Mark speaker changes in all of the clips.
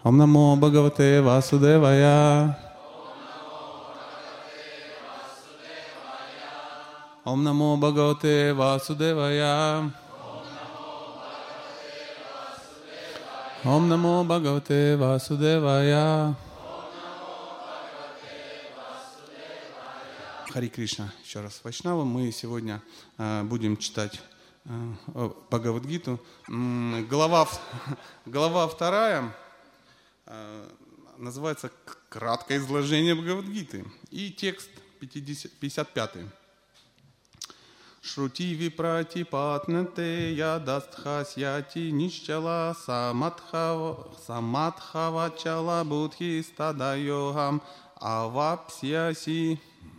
Speaker 1: Ом намо Бхагавате Васудевая. Ом намо Бхагавате Васудевая. Ом намо Бхагавате Васудевая. Хари Кришна. Еще раз Вайшнава. Мы сегодня будем читать Бхагавад-гиту. Глава 2 называется «Краткое изложение Бхагавад-гиты». И текст 55. Шрути випрати патнате ядастхасьяти нищала самадхавачала будхи стадайогам авапсьяси.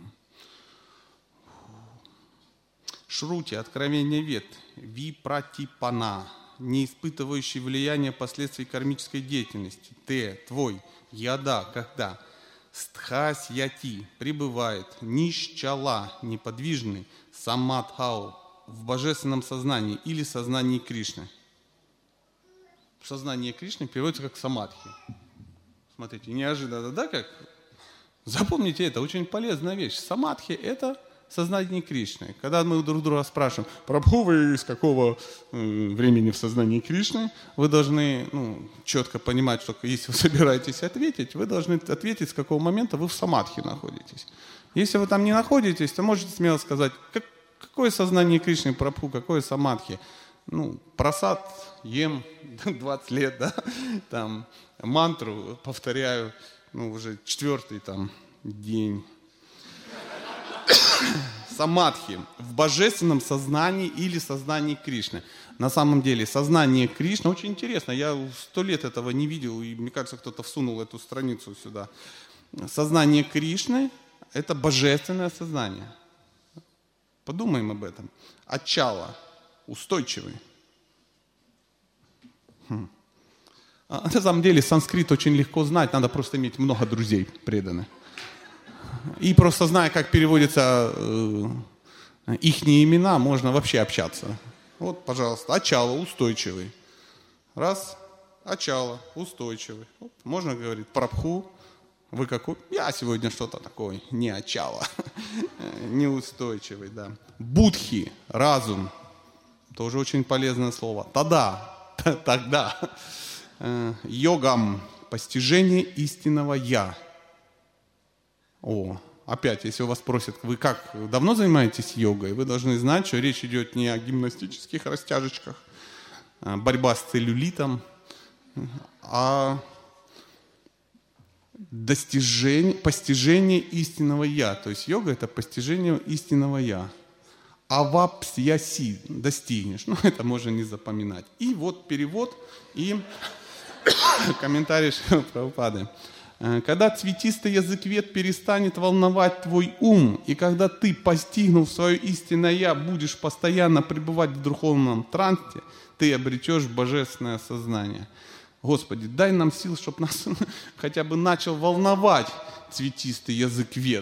Speaker 1: Шрути, откровение вед, випратипана, не испытывающий влияния последствий кармической деятельности. Те, твой, яда, когда, стхасьяти, пребывает, нищала, неподвижный, самадхау, в божественном сознании или сознании Кришны. Сознание Кришны переводится как самадхи. Смотрите, неожиданно, да, как? Запомните это, очень полезная вещь. Самадхи – это сознание Кришны. Когда мы друг друга спрашиваем, Прабху, вы из какого времени в сознании Кришны, вы должны четко понимать, что если вы собираетесь ответить, вы должны ответить, с какого момента вы в самадхи находитесь. Если вы там не находитесь, то можете смело сказать, какое сознание Кришны, Прабху, какое самадхи. Прасад ем 20 лет, да, там, мантру повторяю, уже 4-й там день. Самадхи в божественном сознании или сознании Кришны. На самом деле сознание Кришны очень интересно. Я 100 лет этого не видел, и мне кажется, кто-то всунул эту страницу сюда. Сознание Кришны – это божественное сознание. Подумаем об этом. Ачала – устойчивый. На самом деле санскрит очень легко знать, надо просто иметь много друзей преданных. И просто зная, как переводятся ихние имена, можно вообще общаться. Вот, пожалуйста, Ачала, устойчивый. Раз, Ачала, устойчивый. Вот, можно говорить, Прабху, вы какой? Я сегодня что-то такое, не Ачала, неустойчивый, да. Будхи, разум, тоже очень полезное слово. Тогда. Йогам, постижение истинного Я. Опять, если у вас спросят, вы как, давно занимаетесь йогой, вы должны знать, что речь идет не о гимнастических растяжечках, борьба с целлюлитом, а постижение истинного Я. То есть йога – это постижение истинного Я. Авапсьяси, достигнешь. Это можно не запоминать. И вот перевод и комментарий Шрилы Прабхупады. Когда цветистый язык вед перестанет волновать твой ум, и когда ты, постигнув свое истинное Я, будешь постоянно пребывать в духовном трансе, ты обретешь божественное сознание. Господи, дай нам сил, чтобы нас хотя бы начал волновать цветистый язык вед.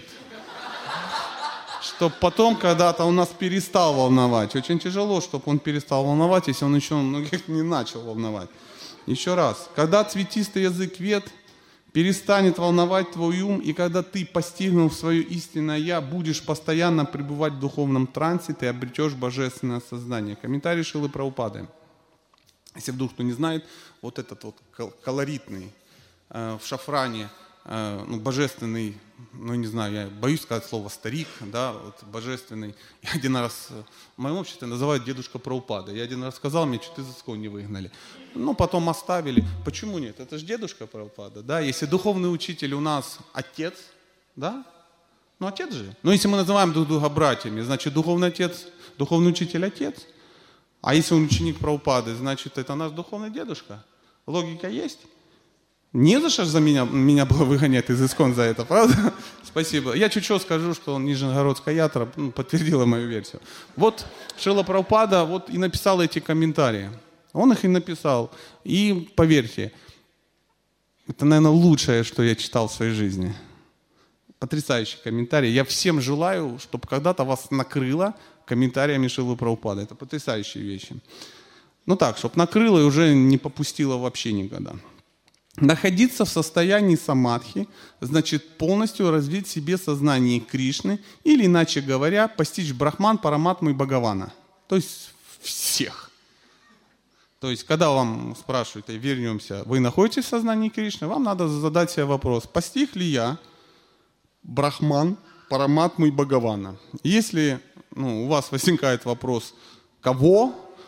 Speaker 1: Чтобы потом когда-то он нас перестал волновать. Очень тяжело, чтобы он перестал волновать, если он еще многих не начал волновать. Еще раз. Когда цветистый язык вед перестанет волновать твой ум, и когда ты, постигнув свое истинное Я, будешь постоянно пребывать в духовном трансе, ты обретешь божественное сознание. Комментарий Шрилы Прабхупады. Если вдруг кто не знает, вот этот вот колоритный в шафране, божественный, не знаю, я боюсь сказать слово старик, да, вот божественный. Я один раз, в моем обществе называют дедушка Прабхупада. Я один раз сказал, меня чуть из ИСККОН не выгнали. Потом оставили. Почему нет? Это же дедушка Прабхупада, да. Если духовный учитель у нас отец, да, отец же. Но если мы называем друг друга братьями, значит духовный отец, духовный учитель отец. А если он ученик Прабхупады, значит это наш духовный дедушка. Логика есть? Не за что за меня было выгонять из ИСККОН за это, правда? Спасибо. Я чуть-чуть скажу, что Нижегородская ятра подтвердила мою версию. Вот Шрила Прабхупада вот и написал эти комментарии. Он их и написал. И поверьте, это, наверное, лучшее, что я читал в своей жизни. Потрясающий комментарий. Я всем желаю, чтобы когда-то вас накрыло комментариями Шрилы Прабхупады. Это потрясающие вещи. Чтобы накрыло и уже не попустило вообще никогда. Находиться в состоянии самадхи значит полностью развить в себе сознание Кришны, или, иначе говоря, постичь Брахман, Параматму и Бхагавана. То есть всех. То есть, когда вам спрашивают, и вернемся, вы находитесь в сознании Кришны, вам надо задать себе вопрос, постиг ли я Брахман, Параматму и Бхагавана. Если у вас возникает вопрос, кого,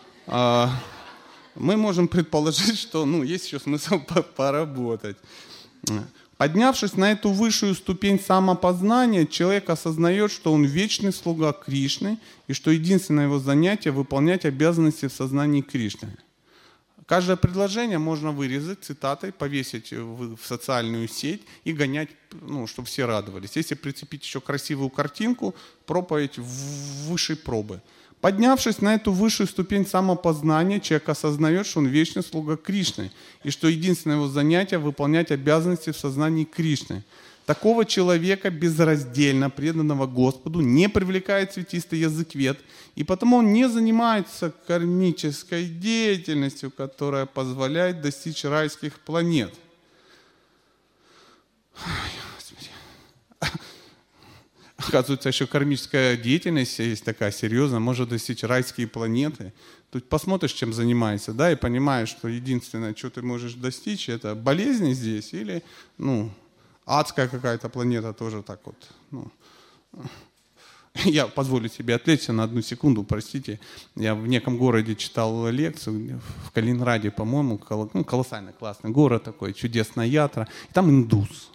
Speaker 1: мы можем предположить, что есть еще смысл поработать. Поднявшись на эту высшую ступень самопознания, человек осознает, что он вечный слуга Кришны, и что единственное его занятие — выполнять обязанности в сознании Кришны. Каждое предложение можно вырезать цитатой, повесить в социальную сеть и гонять, чтобы все радовались. Если прицепить еще красивую картинку, проповедь высшей пробы. Поднявшись на эту высшую ступень самопознания, человек осознает, что он вечный слуга Кришны, и что единственное его занятие — выполнять обязанности в сознании Кришны. Такого человека, безраздельно преданного Господу, не привлекает цветистый язык вед, и потому он не занимается кармической деятельностью, которая позволяет достичь райских планет. Оказывается, еще кармическая деятельность есть такая серьезная, может достичь райские планеты. Тут посмотришь, чем занимается, да, и понимаешь, что единственное, что ты можешь достичь, это болезни здесь или, адская какая-то планета тоже так вот. Я позволю себе отвлечься на одну секунду, простите. Я в неком городе читал лекцию, в Калининграде, по-моему, колоссально классный город такой, чудесная ятра. И там индус.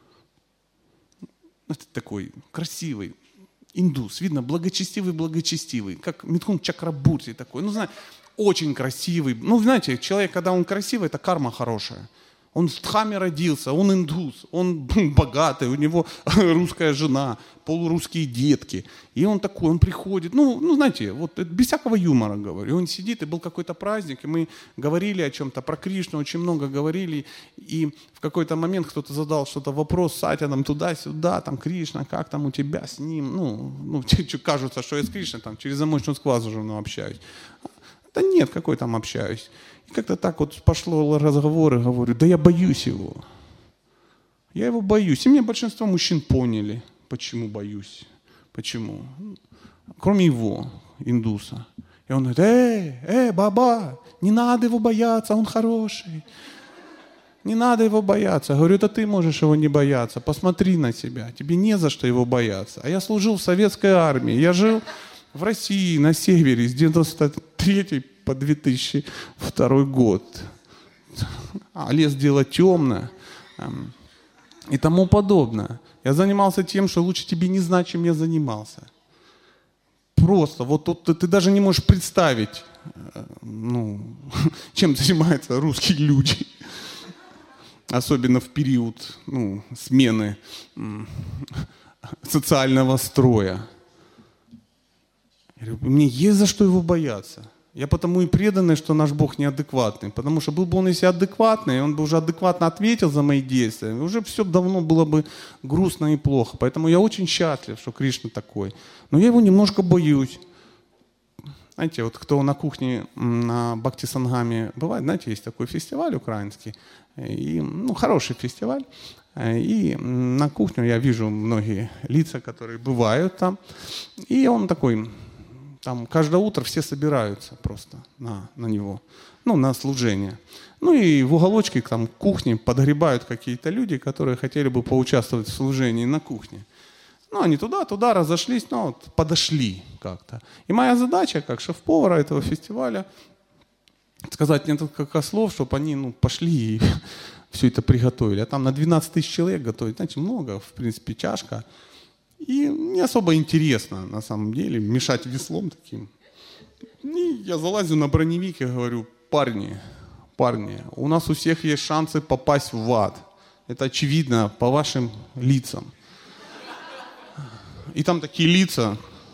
Speaker 1: Это такой красивый индус, видно, благочестивый, как Митхун Чакрабурти такой. Очень красивый. Знаете, человек, когда он красивый, это карма хорошая. Он в Дхаме родился, он индус, он богатый, у него русская жена, полурусские детки. И он такой, он приходит, знаете, вот без всякого юмора говорю. И он сидит, и был какой-то праздник, и мы говорили о чем-то, про Кришну очень много говорили. И в какой-то момент кто-то задал что-то, вопрос Сатя, там туда-сюда, там Кришна, как там у тебя с ним? Кажется, что я с Кришной там через замочную скважину общаюсь. Да нет, какой там общаюсь. И как-то так вот пошло разговоры, говорю, да я боюсь его. Я его боюсь. И мне большинство мужчин поняли, почему боюсь. Почему? Кроме его, индуса. И он говорит, баба, не надо его бояться, он хороший. Не надо его бояться. Я говорю, да ты можешь его не бояться. Посмотри на себя. Тебе не за что его бояться. А я служил в советской армии. Я жил в России, на севере, с 93 по 2002 год. А лес дело темное и тому подобное. Я занимался тем, что лучше тебе не знать, чем я занимался. Просто, вот тут ты даже не можешь представить, чем занимаются русские люди. Особенно в период смены социального строя. Я говорю, мне есть за что его бояться. Я потому и преданный, что наш Бог неадекватный. Потому что был бы он, если адекватный, он бы уже адекватно ответил за мои действия. Уже все давно было бы грустно и плохо. Поэтому я очень счастлив, что Кришна такой. Но я его немножко боюсь. Знаете, вот кто на кухне на Бхакти-сангаме бывает, знаете, есть такой фестиваль украинский. И, хороший фестиваль. И на кухню я вижу многие лица, которые бывают там. И он такой... Там каждое утро все собираются просто на него, на служение. И в уголочке там кухни подгребают какие-то люди, которые хотели бы поучаствовать в служении на кухне. Они туда разошлись, подошли как-то. И моя задача, как шеф-повара этого фестиваля, сказать несколько слов, чтобы они пошли и все это приготовили. А там на 12 тысяч человек готовить, знаете, много, в принципе, чашка. И не особо интересно, на самом деле, мешать веслом таким. И я залазю на броневик и говорю, парни, у нас у всех есть шансы попасть в ад. Это очевидно по вашим лицам. И там такие лица,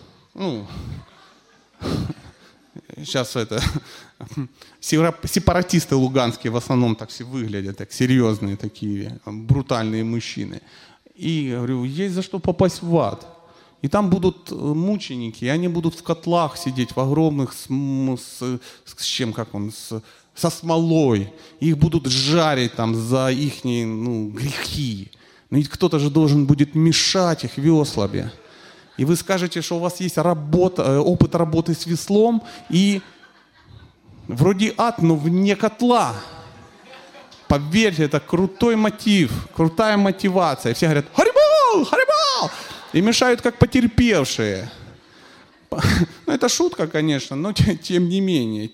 Speaker 1: сейчас сепаратисты луганские в основном так все выглядят, так серьезные такие, брутальные мужчины. И говорю, есть за что попасть в ад. И там будут мученики, и они будут в котлах сидеть, в огромных, с со смолой. Их будут жарить там за их грехи. Но ведь кто-то же должен будет мешать их веслами. И вы скажете, что у вас есть опыт работы с веслом, и вроде ад, но вне котла. Поверьте, это крутой мотив, крутая мотивация. И все говорят: «Харибал! Харибал!» И мешают как потерпевшие. Ну, это шутка, конечно, но тем не менее.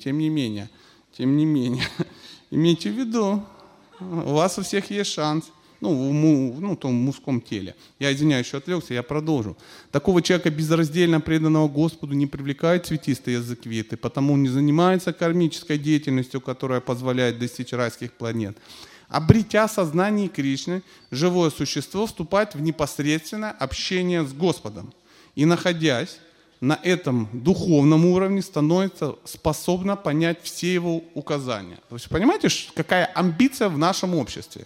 Speaker 1: Имейте в виду, у вас у всех есть шанс. В том мужском теле. Я извиняюсь, что отвлекся, я продолжу. Такого человека, безраздельно преданного Господу, не привлекает цветистый язык веты, потому он не занимается кармической деятельностью, которая позволяет достичь райских планет. Обретя сознание Кришны, живое существо вступает в непосредственное общение с Господом. И, находясь на этом духовном уровне, становится способно понять все его указания. То есть, понимаете, какая амбиция в нашем обществе?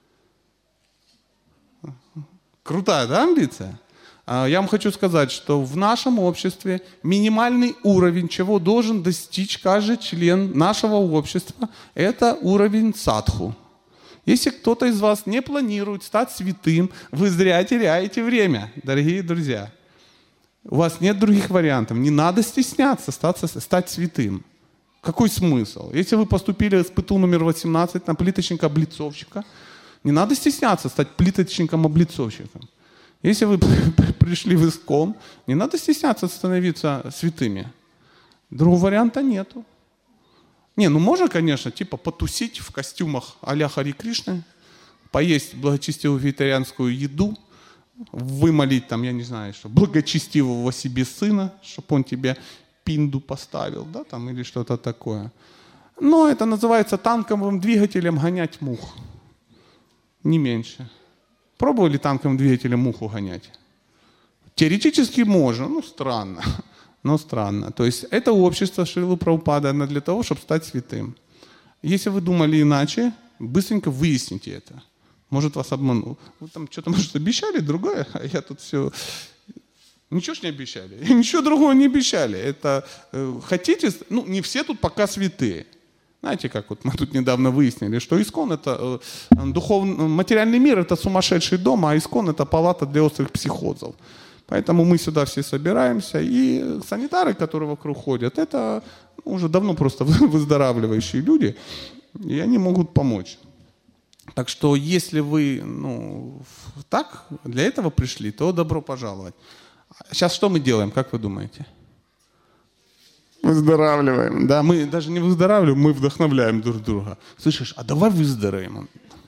Speaker 1: Крутая, да, амбиция? Я вам хочу сказать, что в нашем обществе минимальный уровень, чего должен достичь каждый член нашего общества, это уровень садху. Если кто-то из вас не планирует стать святым, вы зря теряете время, дорогие друзья. У вас нет других вариантов. Не надо стесняться стать святым. Какой смысл? Если вы поступили с ПТУ номер 18 на плиточника-облицовщика, не надо стесняться стать плиточником-облицовщиком. Если вы пришли в ИСККОН, не надо стесняться становиться святыми. Другого варианта нету. Можно, конечно, потусить в костюмах а-ля Хари Кришны, поесть благочестивую вегетарианскую еду, вымолить благочестивого себе сына, чтобы он тебе пинду поставил, или что-то такое. Но это называется танковым двигателем гонять мух. Не меньше. Пробовали танковым двигателем муху гонять? Теоретически можно, странно. Но странно. То есть это общество Шрилы Прабхупады, оно для того, чтобы стать святым. Если вы думали иначе, быстренько выясните это. Может, вас обманул. Вы там что-то, может, обещали другое, а я тут все... Ничего ж не обещали. Ничего другого не обещали. Это хотите... Не все тут пока святые. Знаете, как мы тут недавно выяснили, что ИСККОН это материальный мир, это сумасшедший дом, а ИСККОН это палата для острых психозов. Поэтому мы сюда все собираемся, и санитары, которые вокруг ходят, это уже давно просто выздоравливающие люди, и они могут помочь. Так что если вы так для этого пришли, то добро пожаловать. Сейчас что мы делаем, как вы думаете? Выздоравливаем. Да, мы даже не выздоравливаем, мы вдохновляем друг друга. Слышишь, а давай выздоровеем.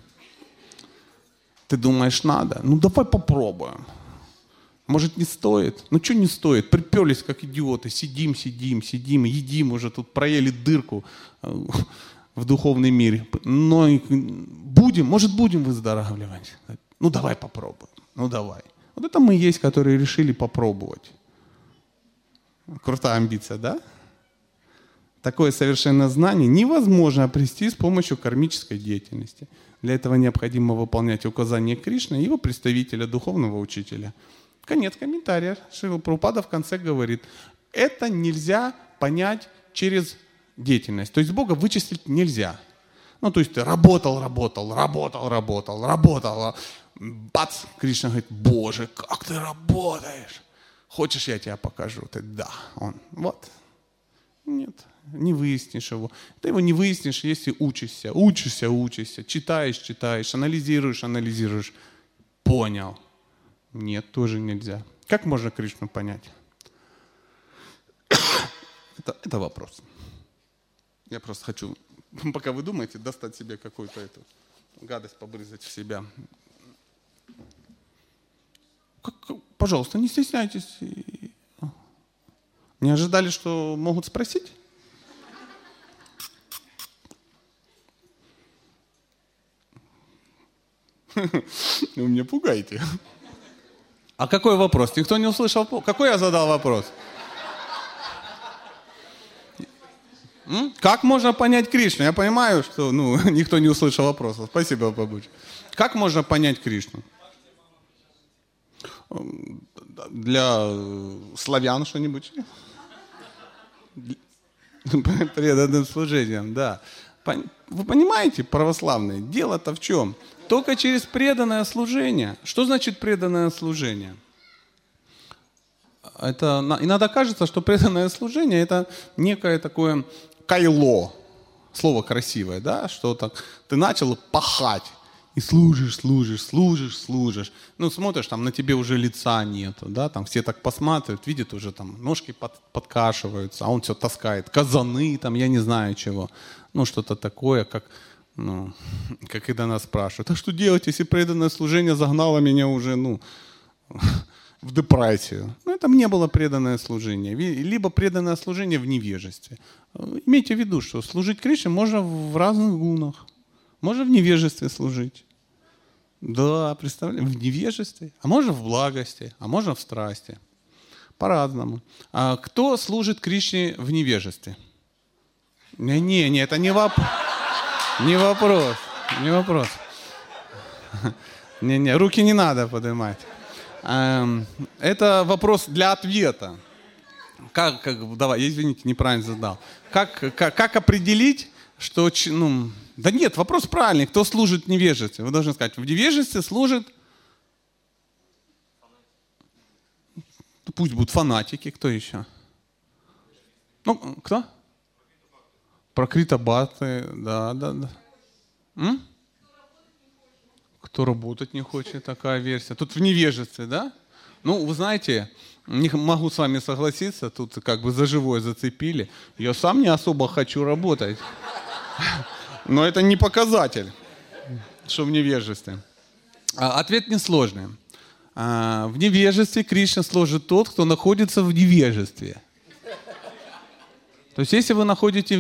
Speaker 1: Ты думаешь, надо? Давай попробуем. Может, не стоит? Что не стоит? Приперлись, как идиоты. Сидим, едим уже тут, проели дырку в духовный мир. Но будем выздоравливать. Давай попробуем. Давай. Вот это мы есть, которые решили попробовать. Крутая амбиция, да? Такое совершенное знание невозможно обрести с помощью кармической деятельности. Для этого необходимо выполнять указания Кришны и его представителя, духовного учителя. Конец комментария. Шрила Прабхупада в конце говорит, это нельзя понять через деятельность. То есть Бога вычислить нельзя. То есть ты работал. Бац! Кришна говорит, Боже, как ты работаешь? Хочешь, я тебе покажу? Ты да. Он, вот. Нет, не выяснишь его. Ты его не выяснишь, если учишься, читаешь, анализируешь. Понял. Нет, тоже нельзя. Как можно Кришну понять? Это вопрос. Я просто хочу, пока вы думаете, достать себе какую-то эту гадость, побрызгать в себя. Пожалуйста, не стесняйтесь. Не ожидали, что могут спросить? Вы меня пугаете. А какой вопрос? Никто не услышал? Какой я задал вопрос? Как можно понять Кришну? Я понимаю, что никто не услышал вопроса. Спасибо, Бабуч. Как можно понять Кришну? Для славян что-нибудь? Преданным служением, да. Вы понимаете, православные, дело-то в чем? Только через преданное служение. Что значит преданное служение? Это иногда кажется, что преданное служение это некое такое кайло. Слово красивое, да? Что так ты начал пахать. И служишь. Ну, смотришь, там на тебе уже лица нету, да, там все так посматривают, видят уже там ножки подкашиваются, а он все таскает, казаны, там, я не знаю чего. Ну, что-то такое, как когда нас спрашивают, а что делать, если преданное служение загнало меня уже, в депрессию? Ну, это не было преданное служение, либо преданное служение в невежестве. Имейте в виду, что служить Кришне можно в разных гунах. Можно в невежестве служить. Да, представляете, в невежестве. А можно в благости, а можно в страсти. По-разному. А кто служит Кришне в невежестве? Не, это не вопрос. Не вопрос. Не, руки не надо поднимать. Это вопрос для ответа. Давай, извините, неправильно задал. Как определить, что... Да нет, вопрос правильный. Кто служит в невежестве? Вы должны сказать, в невежестве служит... Пусть будут фанатики. Кто еще? Кто? Пракрита Бхакты. Да. Кто работать не хочет, такая версия. Тут в невежестве, да? Вы знаете, не могу с вами согласиться, тут как бы за живое зацепили. Я сам не особо хочу работать. Но это не показатель, что в невежестве. Ответ несложный. В невежестве Кришна служит тот, кто находится в невежестве. То есть если вы находитесь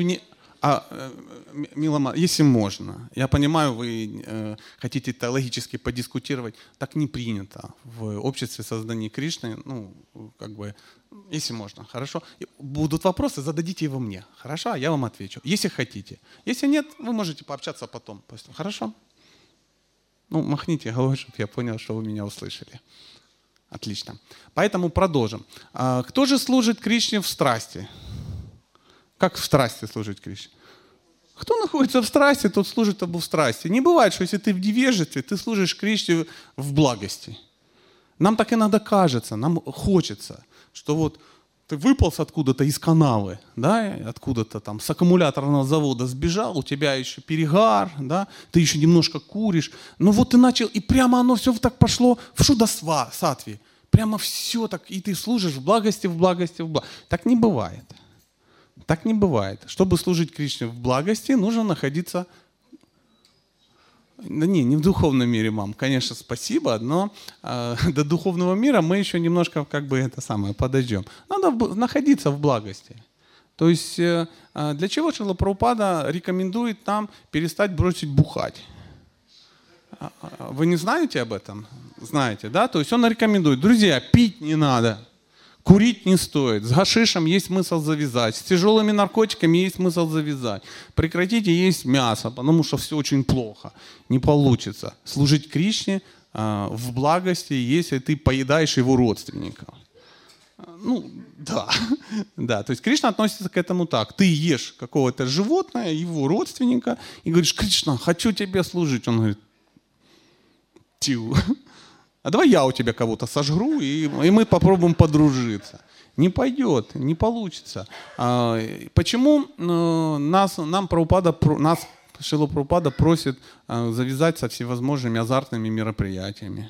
Speaker 1: Мила, если можно. Я понимаю, вы хотите теологически подискутировать. Так не принято в обществе создания Кришны. Если можно, хорошо. Будут вопросы, зададите его мне. Хорошо, а я вам отвечу. Если хотите. Если нет, вы можете пообщаться потом. Хорошо? Махните головой, чтобы я понял, что вы меня услышали. Отлично. Поэтому продолжим. Кто же служит Кришне в страсти? Как в страсти служить Кришне? Кто находится в страсти, тот служит в страсти. Не бывает, что если ты в невежестве, ты служишь Кришне в благости. Нам так иногда кажется, нам хочется, что ты выполз откуда-то из канавы, да, откуда-то там с аккумуляторного завода сбежал, у тебя еще перегар, да, ты еще немножко куришь. Ты начал, и прямо оно все так пошло в шудасатве. Прямо все так, и ты служишь в благости. Так не бывает. Так не бывает. Чтобы служить Кришне в благости, нужно находиться... Не в духовном мире, мам. Конечно, спасибо, но до духовного мира мы еще немножко подождем. Надо находиться в благости. То есть для чего Шрила Прабхупада рекомендует нам перестать бросить бухать? Вы не знаете об этом? Знаете, да? То есть он рекомендует, друзья, пить не надо. Курить не стоит. С гашишем есть смысл завязать. С тяжелыми наркотиками есть смысл завязать. Прекратите есть мясо, потому что все очень плохо. Не получится. Служить Кришне в благости, если ты поедаешь его родственников. Да. То есть Кришна относится к этому так. Ты ешь какого-то животное, его родственника, и говоришь, Кришна, хочу тебе служить. Он говорит, а давай я у тебя кого-то сожгу, и мы попробуем подружиться. Не пойдет, не получится. Почему Шрила Прабхупада просит завязать со всевозможными азартными мероприятиями?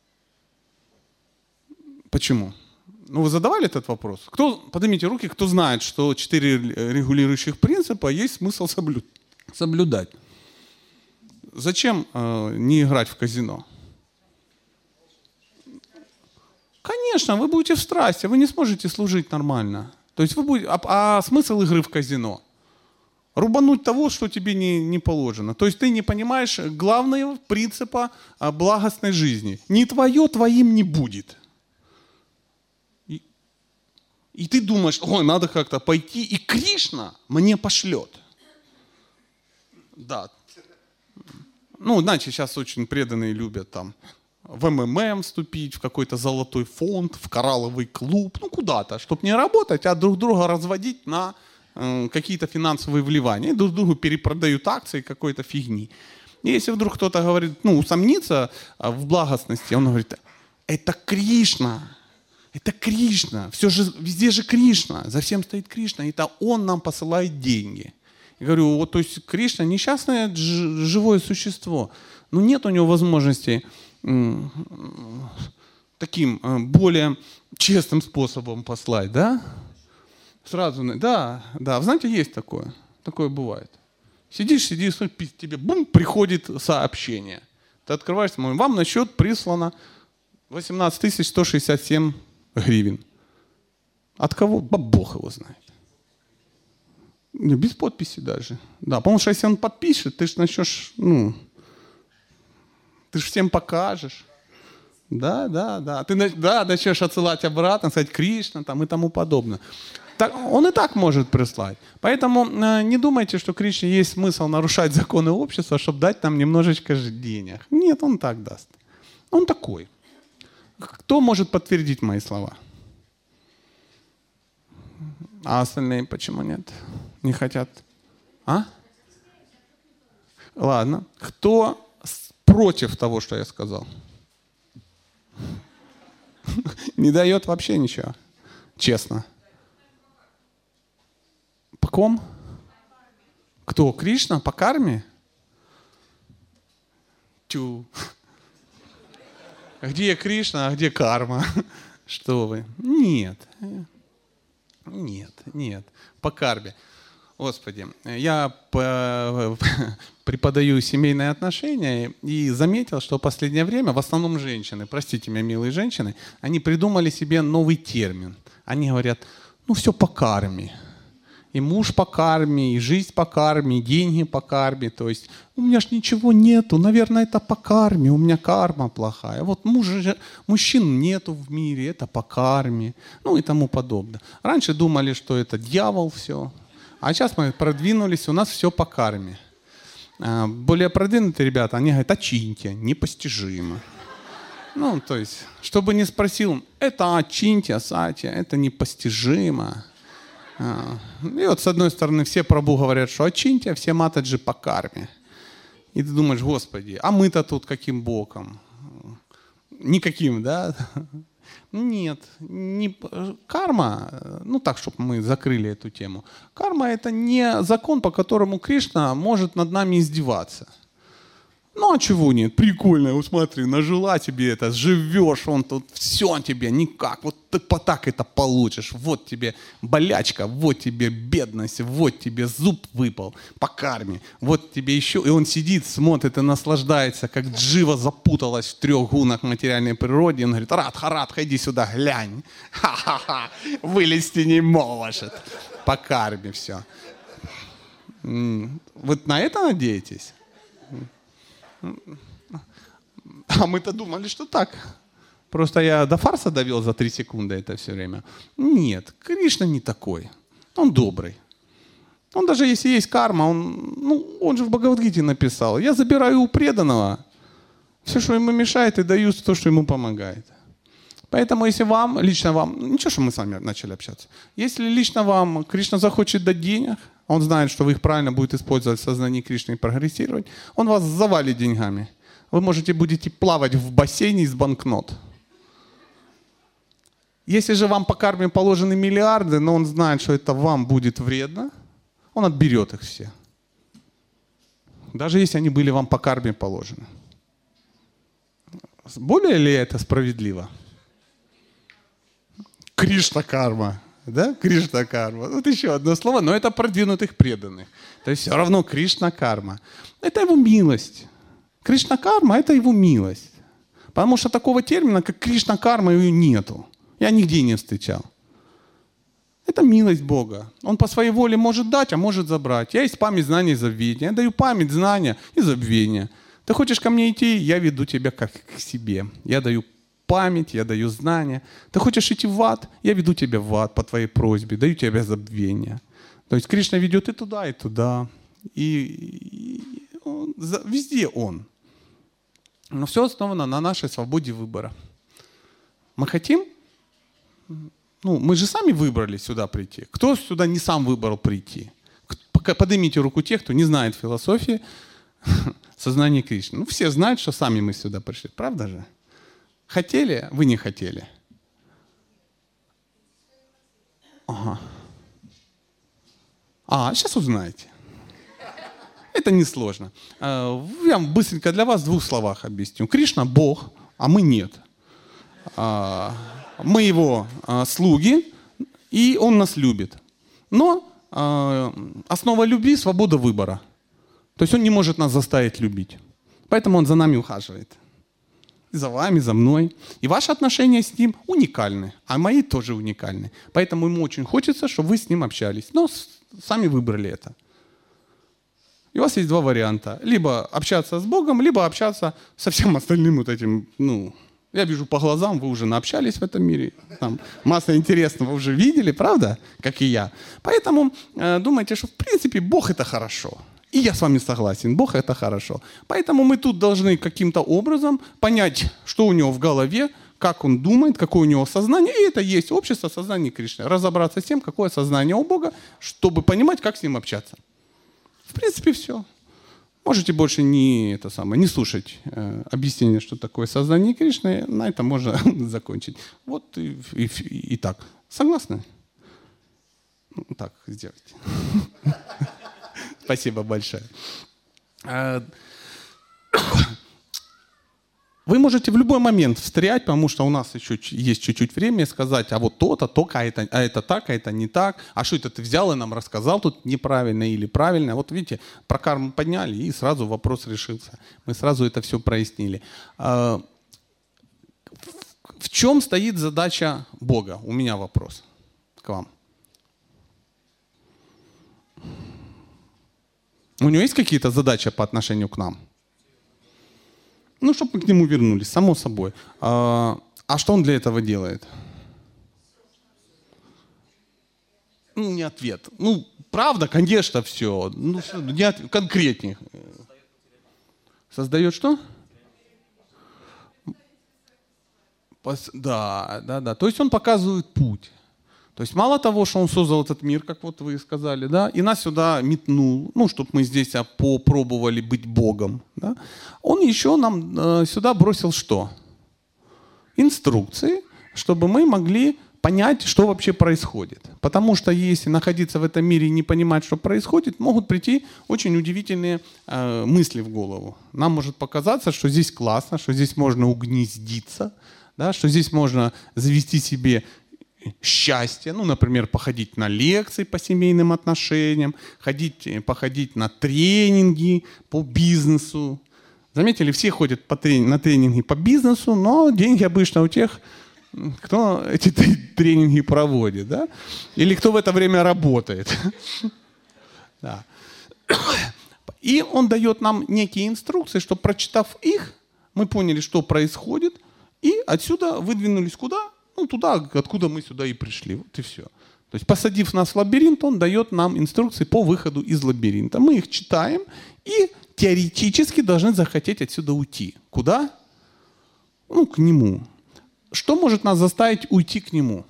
Speaker 1: Почему? Вы задавали этот вопрос? Поднимите руки, кто знает, что 4 регулирующих принципа есть смысл соблюдать. Зачем не играть в казино? Конечно, вы будете в страсти, вы не сможете служить нормально. То есть а смысл игры в казино? Рубануть того, что тебе не положено. То есть ты не понимаешь главного принципа благостной жизни. Не твое, твоим не будет. И ты думаешь, надо как-то пойти, и Кришна мне пошлет. Да. Знаете, сейчас очень преданные любят в МММ вступить, в какой-то золотой фонд, в коралловый клуб, куда-то, чтобы не работать, а друг друга разводить на какие-то финансовые вливания, и друг другу перепродают акции какой-то фигни. И если вдруг кто-то говорит, усомнится в благостности, он говорит, это Кришна, все же, везде же Кришна, за всем стоит Кришна, и это Он нам посылает деньги. Я говорю, то есть Кришна несчастное живое существо, но нет у него возможности таким более честным способом послать, да? Сразу, да, вы знаете, есть такое бывает. Сидишь, тебе бум, приходит сообщение. Ты открываешь, вам на счет прислано 18 167 гривен. От кого? Бог его знает. Без подписи даже. Да, потому что если он подпишет, ты же начнешь, ты же всем покажешь. Да. Ты начнешь отсылать обратно, сказать Кришна там, и тому подобное. Так, он и так может прислать. Поэтому не думайте, что Кришне есть смысл нарушать законы общества, чтобы дать нам немножечко денег. Нет, он так даст. Он такой. Кто может подтвердить мои слова? А остальные почему нет? Не хотят? Ладно. Кто против того, что я сказал? Не дает вообще ничего. Честно. По ком? Кто? Кришна? По карме? Тю. Где Кришна, а где карма? Что вы? Нет. По карме. Господи, я преподаю семейные отношения и заметил, что в последнее время в основном женщины, простите меня, милые женщины, они придумали себе новый термин. Они говорят, все по карме. И муж по карме, и жизнь по карме, и деньги по карме. То есть у меня ж ничего нету, наверное, это по карме, у меня карма плохая. Вот мужчин нету в мире, это по карме, и тому подобное. Раньше думали, что это дьявол все, а сейчас мы продвинулись, у нас все по карме. Более продвинутые ребята, они говорят, очиньте, непостижимо. То есть, чтобы не спросил, это очиньте, сатья, это непостижимо. И вот с одной стороны все прабху говорят, что очиньте, а все матаджи по карме. И ты думаешь, Господи, а мы-то тут каким боком? Никаким, да? Нет. Карма, так, чтобы мы закрыли эту тему. Карма — это не закон, по которому Кришна может над нами издеваться. А чего нет? Прикольно, вот смотри, нажила тебе это, живешь, он тут все тебе никак, вот ты так это получишь, вот тебе болячка, вот тебе бедность, вот тебе зуб выпал по карме, вот тебе еще, и он сидит, смотрит и наслаждается, как джива запуталась в 3 гунах материальной природы, и он говорит, Радха, иди сюда, глянь, ха-ха-ха, вылезти не может, по карме все. Вы на это надеетесь? А мы-то думали, что так. Просто я до фарса довел за 3 секунды это все время. Нет, Кришна не такой. Он добрый. Он даже если есть карма, он же в Бхагавад-гите написал. Я забираю у преданного все, что ему мешает, и даю то, что ему помогает. Поэтому если лично вам, ничего, что мы с вами начали общаться. Если лично вам Кришна захочет дать денег, он знает, что вы их правильно будет использовать в сознании Кришны и прогрессировать, он вас завалит деньгами. Вы будете плавать в бассейне из банкнот. Если же вам по карме положены миллиарды, но он знает, что это вам будет вредно, он отберет их все. Даже если они были вам по карме положены. Более ли это справедливо? Кришна карма. Да? Кришна карма. Вот еще одно слово, но это продвинутых преданных. То есть все равно Кришна карма. Это его милость. Кришна карма — это его милость. Потому что такого термина, как Кришна карма, ее нету. Я нигде не встречал. Это милость Бога. Он по своей воле может дать, а может забрать. Я есть память, знания и забвения. Я даю память, знания и забвения. Ты хочешь ко мне идти, я веду тебя как к себе. Я даю память, я даю знания. Ты хочешь идти в ад, я веду тебя в ад по твоей просьбе, даю тебе забвение. То есть Кришна ведет и туда, и туда. Везде Он. Но все основано на нашей свободе выбора. Мы хотим Ну, мы же сами выбрали сюда прийти. Кто сюда не сам выбрал прийти? Поднимите руку тех, кто не знает философии сознания Кришны. Ну, все знают, что сами мы сюда пришли. Правда же? Хотели, вы не хотели. Ага. Сейчас узнаете. Это несложно. Я быстренько для вас в 2 словах объясню. Кришна – Бог, а мы нет. Мы Его слуги, и Он нас любит. Но основа любви – свобода выбора. То есть Он не может нас заставить любить. Поэтому Он за нами ухаживает. За вами, за мной. И ваши отношения с Ним уникальны, а мои тоже уникальны. Поэтому Ему очень хочется, чтобы вы с Ним общались. Но сами выбрали это. И у вас есть 2 варианта. Либо общаться с Богом, либо общаться со всем остальным вот этим, я вижу по глазам, вы уже наобщались в этом мире. Там масса интересного вы уже видели, правда? Как и я. Поэтому думайте, что в принципе Бог это хорошо. И я с вами согласен, Бог это хорошо. Поэтому мы тут должны каким-то образом понять, что у него в голове, как он думает, какое у него сознание. И это есть общество сознания Кришны. Разобраться с тем, какое сознание у Бога, чтобы понимать, как с ним общаться. В принципе, все. Можете больше не слушать объяснение, что такое сознание Кришны. На этом можно закончить. Вот и так. Согласны? Так сделайте. Спасибо большое. Вы можете в любой момент встрять, потому что у нас еще есть чуть-чуть времени, сказать, а вот то-то, а это так, а это не так. А что это ты взял и нам рассказал тут неправильно или правильно? Вот видите, про карму подняли, и сразу вопрос решился. Мы сразу это все прояснили. В чем стоит задача Бога? У меня вопрос к вам. У него есть какие-то задачи по отношению к нам? Чтобы мы к нему вернулись, само собой. А что он для этого делает? Не ответ. Правда, конечно, все. Конкретнее. Создает что? Да. То есть он показывает путь. То есть мало того, что он создал этот мир, как вот вы сказали, да, и нас сюда метнул, чтобы мы здесь попробовали быть Богом, да, он еще нам сюда бросил что? Инструкции, чтобы мы могли понять, что вообще происходит. Потому что если находиться в этом мире и не понимать, что происходит, могут прийти очень удивительные мысли в голову. Нам может показаться, что здесь классно, что здесь можно угнездиться, да, что здесь можно завести себе счастье, например, походить на лекции по семейным отношениям, походить на тренинги по бизнесу. Заметили, все ходят на тренинги по бизнесу, но деньги обычно у тех, кто эти тренинги проводит, да? Или кто в это время работает. Да. И он дает нам некие инструкции, что, прочитав их, мы поняли, что происходит, и отсюда выдвинулись куда? Туда, откуда мы сюда и пришли. Вот и все. То есть, посадив нас в лабиринт, он дает нам инструкции по выходу из лабиринта. Мы их читаем и теоретически должны захотеть отсюда уйти. Куда? К нему. Что может нас заставить уйти к нему?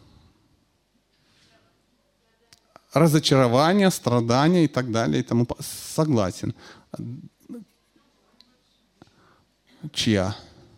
Speaker 1: Разочарование, страдания и так далее. И тому. Согласен. Чья?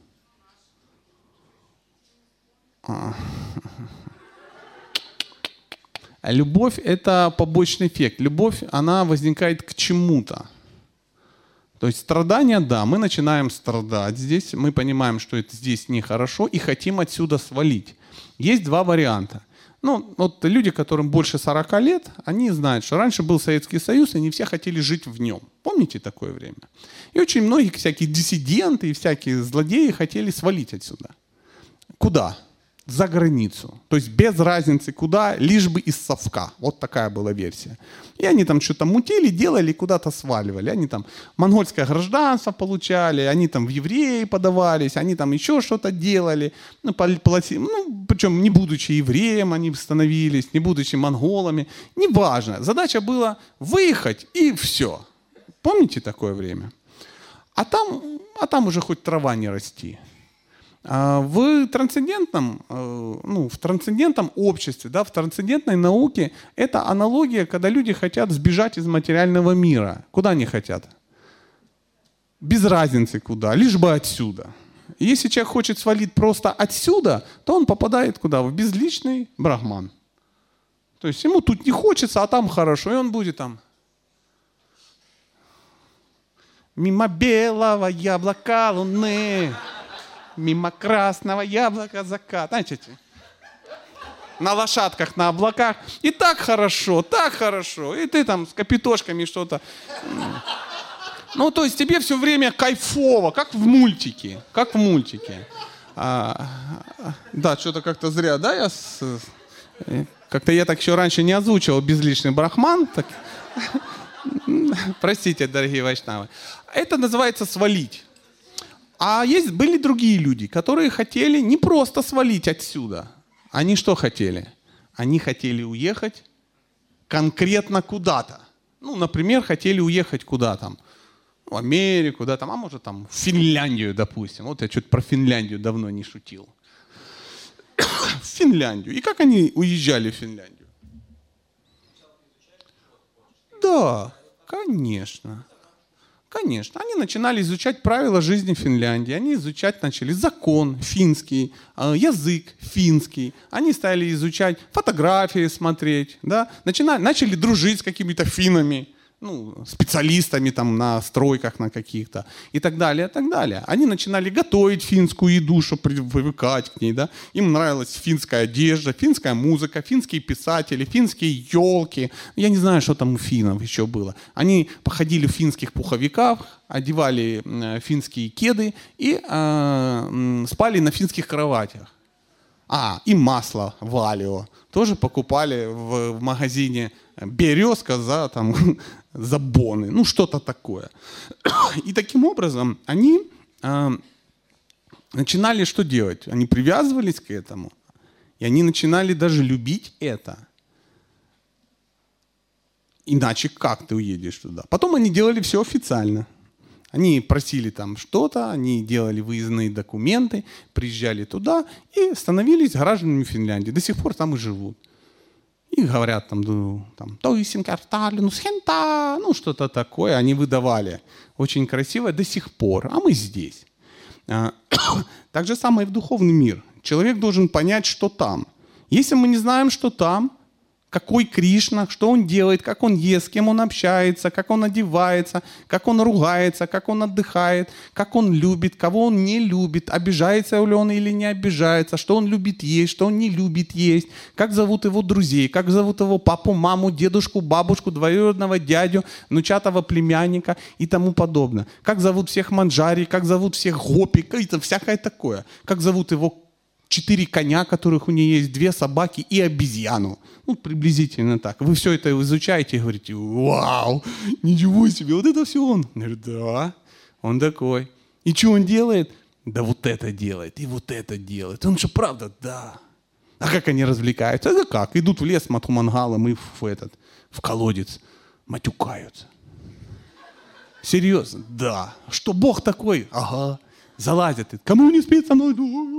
Speaker 1: Любовь – это побочный эффект. Любовь, она возникает к чему-то. То есть страдания, да, мы начинаем страдать здесь, мы понимаем, что это здесь нехорошо и хотим отсюда свалить. Есть 2 варианта. Вот люди, которым больше 40 лет, они знают, что раньше был Советский Союз, и не все хотели жить в нем. Помните такое время? И очень многие всякие диссиденты и всякие злодеи хотели свалить отсюда. Куда? За границу. То есть без разницы куда, лишь бы из совка. Вот такая была версия. И они там что-то мутили, делали, куда-то сваливали. Они там монгольское гражданство получали, они там в евреи подавались, они там еще что-то делали. Причем не будучи евреем они становились, не будучи монголами. Неважно. Задача была выехать и все. Помните такое время? А там уже хоть трава не расти. В трансцендентном обществе, да, в трансцендентной науке это аналогия, когда люди хотят сбежать из материального мира. Куда они хотят? Без разницы куда, лишь бы отсюда. И если человек хочет свалить просто отсюда, то он попадает куда? В безличный брахман. То есть ему тут не хочется, а там хорошо, и он будет там. Мимо белого яблока луны, мимо красного яблока закат. Знаете, на лошадках, на облаках. И так хорошо, так хорошо. И ты там с капитошками что-то. Ну, то есть тебе все время кайфово, как в мультике. Как в мультике. Да, что-то как-то зря, да? Как-то я так еще раньше не озвучивал безличный брахман. Так... Простите, дорогие вайшнавы. Это называется свалить. А были другие люди, которые хотели не просто свалить отсюда. Они что хотели? Они хотели уехать конкретно куда-то. Ну, например, хотели уехать куда там? В Америку, да, там, а может там в Финляндию, допустим. Вот я что-то про Финляндию давно не шутил. В Финляндию. И как они уезжали в Финляндию? Да, конечно. Конечно. Они начинали изучать правила жизни Финляндии. Они изучать начали закон финский, язык финский. Они стали изучать фотографии, смотреть. Да? Начали дружить с какими-то финнами. Ну, специалистами там на стройках на каких-то и так далее, и так далее. Они начинали готовить финскую еду, чтобы привыкать к ней, да. Им нравилась финская одежда, финская музыка, финские писатели, финские елки. Я не знаю, что там у финнов еще было. Они походили в финских пуховиках, одевали финские кеды и спали на финских кроватях. И масло валио тоже покупали в магазине «Березка» за боны. Ну, что-то такое. И таким образом они начинали что делать? Они привязывались к этому. И они начинали даже любить это. Иначе как ты уедешь туда? Потом они делали все официально. Они просили там что-то, они делали выездные документы, приезжали туда и становились гражданами Финляндии. До сих пор там и живут. И говорят там ну что-то такое, они выдавали. Очень красиво до сих пор, а мы здесь. Так же самое и в духовный мир. Человек должен понять, что там. Если мы не знаем, что там, какой Кришна, что он делает, как он ест, с кем он общается, как он одевается, как он ругается, как он отдыхает, как он любит, кого он не любит, обижается ли он или не обижается, что он любит есть, что он не любит есть, как зовут его друзей, как зовут его папу, маму, дедушку, бабушку, двоюродного дядю, внучатого племянника и тому подобное. Как зовут всех манджари, как зовут всех гопи, это всякое такое. Как зовут его 4 коня, которых у нее есть, 2 собаки и обезьяну. Ну, приблизительно так. Вы все это изучаете и говорите: вау, ничего себе, вот это все он. Я говорю: да, он такой. И что он делает? Да вот это делает, и вот это делает. Он что, правда? Да. А как они развлекаются? Да как? Идут в лес с матхумангалом и в колодец матюкаются. Серьезно? Да. Что, Бог такой? Ага. Залазят. Кому не спит со мной?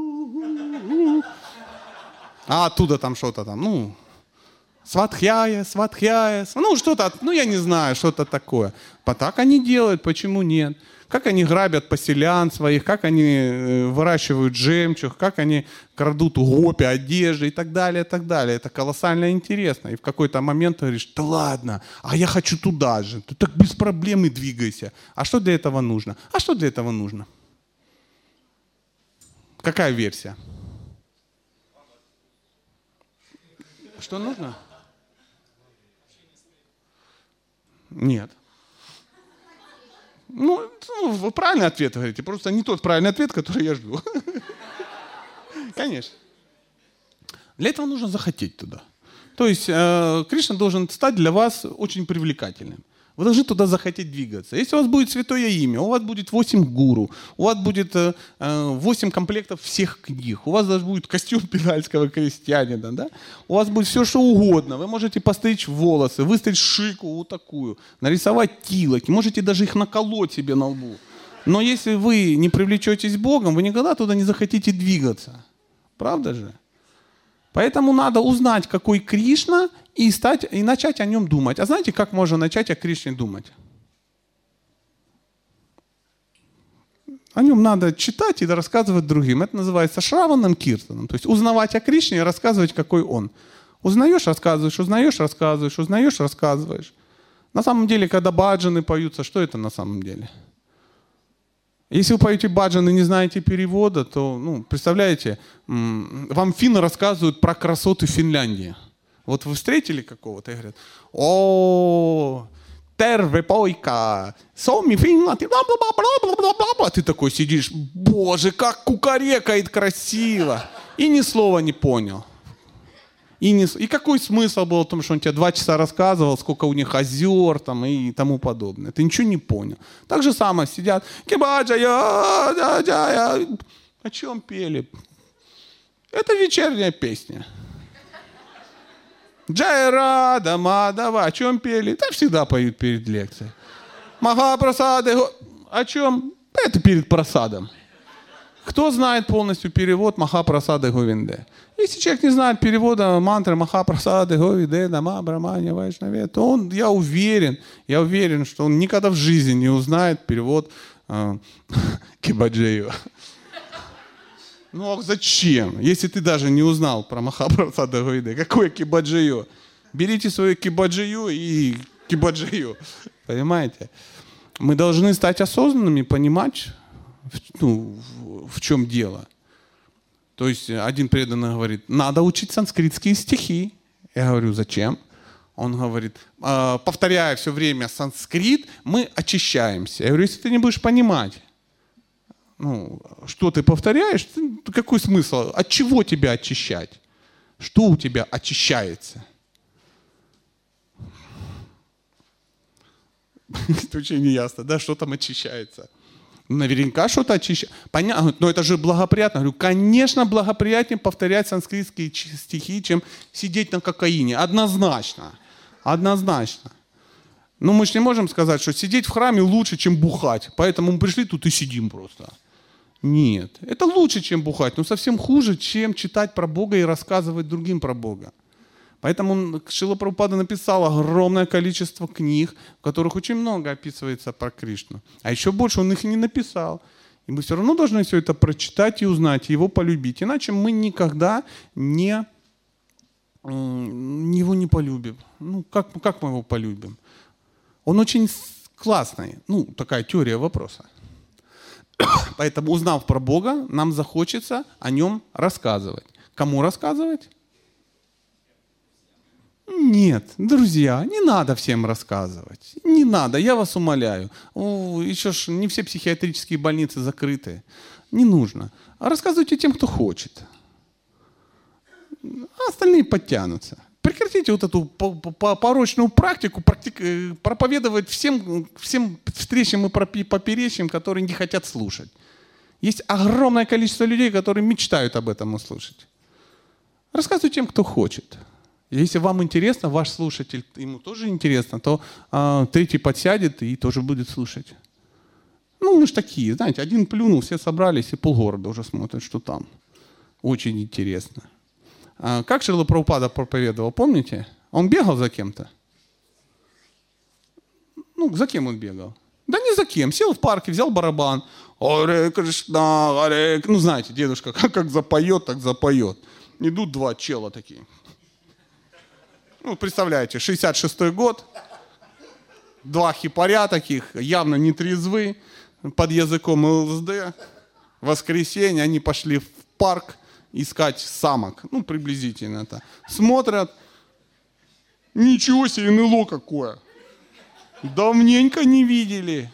Speaker 1: А оттуда там что-то там, ну, сватхяя, ну, что-то, ну, я не знаю, что-то такое. Так они делают, почему нет? Как они грабят поселян своих, как они выращивают жемчуг, как они крадут у гопи одежды и так далее, и так далее. Это колоссально интересно. И в какой-то момент ты говоришь: да ладно, а я хочу туда же. Ты так без проблем и двигайся. А что для этого нужно? А что для этого нужно? Какая версия? Что нужно? Нет. Ну, вы правильный ответ говорите, просто не тот правильный ответ, который я жду. Конечно. Для этого нужно захотеть туда. То есть Кришна должен стать для вас очень привлекательным. Вы должны туда захотеть двигаться. Если у вас будет святое имя, у вас будет 8 гуру, у вас будет 8 комплектов всех книг, у вас даже будет костюм пенальского крестьянина, да? У вас будет все, что угодно. Вы можете постричь волосы, выстричь шику вот такую, нарисовать тилоки, можете даже их наколоть себе на лбу. Но если вы не привлечетесь Богом, вы никогда туда не захотите двигаться. Правда же? Поэтому надо узнать, какой Кришна, и начать о нем думать. А знаете, как можно начать о Кришне думать? О нем надо читать и рассказывать другим. Это называется Шраванам Киртаном. То есть узнавать о Кришне и рассказывать, какой он. Узнаешь, рассказываешь, узнаешь, рассказываешь, узнаешь, рассказываешь. На самом деле, когда баджаны поются, что это на самом деле? Если вы поете баджан и не знаете перевода, то, представляете, вам финны рассказывают про красоты Финляндии. Вот вы встретили какого-то и говорят: о, терве пойка, соми Финланд, бла-бла-бла-бла-бла-бла. Ты такой сидишь: боже, как кукарекает красиво. И ни слова не понял. И какой смысл был в том, что он тебе 2 часа рассказывал, сколько у них озер там, и тому подобное. Ты ничего не понял. Так же самое сидят. О чем пели? Это вечерняя песня. Джайрада, Мадава. О чем пели? Да всегда поют перед лекцией. Махапрасады. О чем? Это перед просадом. Кто знает полностью перевод Махапрасады Говинде? Если человек не знает перевода мантры Махапрасады Говинде, Нама, Брамане, Вайшнаве, то я уверен, что он никогда в жизни не узнает перевод Кибаджею. Ну а зачем? Если ты даже не узнал про Махапрасады Говинде, какое Кибаджею? Берите свое Кибаджею и Кибаджею. Понимаете? Мы должны стать осознанными, понимать, в чем дело. То есть один преданный говорит: надо учить санскритские стихи. Я говорю: зачем? Он говорит: повторяя все время санскрит, мы очищаемся. Я говорю: если ты не будешь понимать, что ты повторяешь, какой смысл? От чего тебя очищать? Что у тебя очищается? Это очень неясно, да, что там очищается. Наверняка что-то очищает. Понятно, но это же благоприятно. Я говорю: конечно, благоприятнее повторять санскритские стихи, чем сидеть на кокаине. Однозначно. Однозначно. Но мы же не можем сказать, что сидеть в храме лучше, чем бухать. Поэтому мы пришли тут и сидим просто. Нет. Это лучше, чем бухать, но совсем хуже, чем читать про Бога и рассказывать другим про Бога. Поэтому Шрила Прабхупада написал огромное количество книг, в которых очень много описывается про Кришну. А еще больше он их не написал. И мы все равно должны все это прочитать и узнать, и его полюбить. Иначе мы никогда его не полюбим. Как мы его полюбим? Он очень классный. Такая теория вопроса. Поэтому, узнав про Бога, нам захочется о нем рассказывать. Кому рассказывать? Нет, друзья, не надо всем рассказывать. Не надо, я вас умоляю. Еще ж не все психиатрические больницы закрыты. Не нужно. А рассказывайте тем, кто хочет. А остальные подтянутся. Прекратите вот эту порочную практику проповедовать всем встречным и поперечным, которые не хотят слушать. Есть огромное количество людей, которые мечтают об этом услышать. Рассказывайте тем, кто хочет. Если вам интересно, ваш слушатель, ему тоже интересно, то третий подсядет и тоже будет слушать. Мы же такие, знаете, один плюнул, все собрались, и полгорода уже смотрят, что там. Очень интересно. Как Шрила Прабхупада проповедовал, помните? Он бегал за кем-то? За кем он бегал? Да не за кем. Сел в парке, взял барабан. Харе Кришна, Харе... знаете, дедушка как запоет, так запоет. Идут 2 чела такие. Представляете, 66-й год, 2 хипаря таких, явно не трезвы, под языком ЛСД. Воскресенье, они пошли в парк искать самок. Приблизительно это. Смотрят, ничего себе, НЛО какое. Давненько не видели.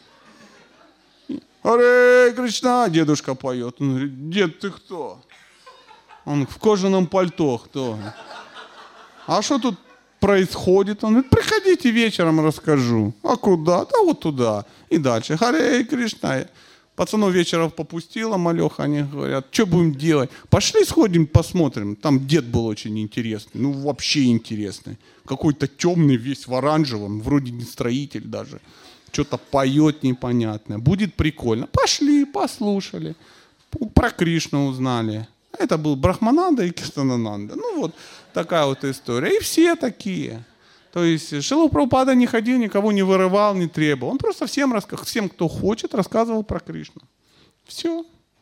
Speaker 1: Харе Кришна, дедушка поет. Он говорит: дед, ты кто? Он в кожаном пальто, кто? А что тут происходит? Он говорит: приходите вечером, расскажу. А куда? Да вот туда. И дальше. Харе Кришна. Пацанов вечером попустила малеха, они говорят: что будем делать? Пошли сходим, посмотрим. Там дед был очень интересный, вообще интересный. Какой-то темный, весь в оранжевом, вроде не строитель даже. что-то поет непонятное. Будет прикольно. Пошли, послушали. Про Кришну узнали. Это был Брахмананда и Киртанананда. Ну вот такая вот история. И все такие. То есть Шрила Прабхупада не ходил, никого не вырывал, не требовал. Он просто всем, кто хочет, рассказывал про Кришну. Все.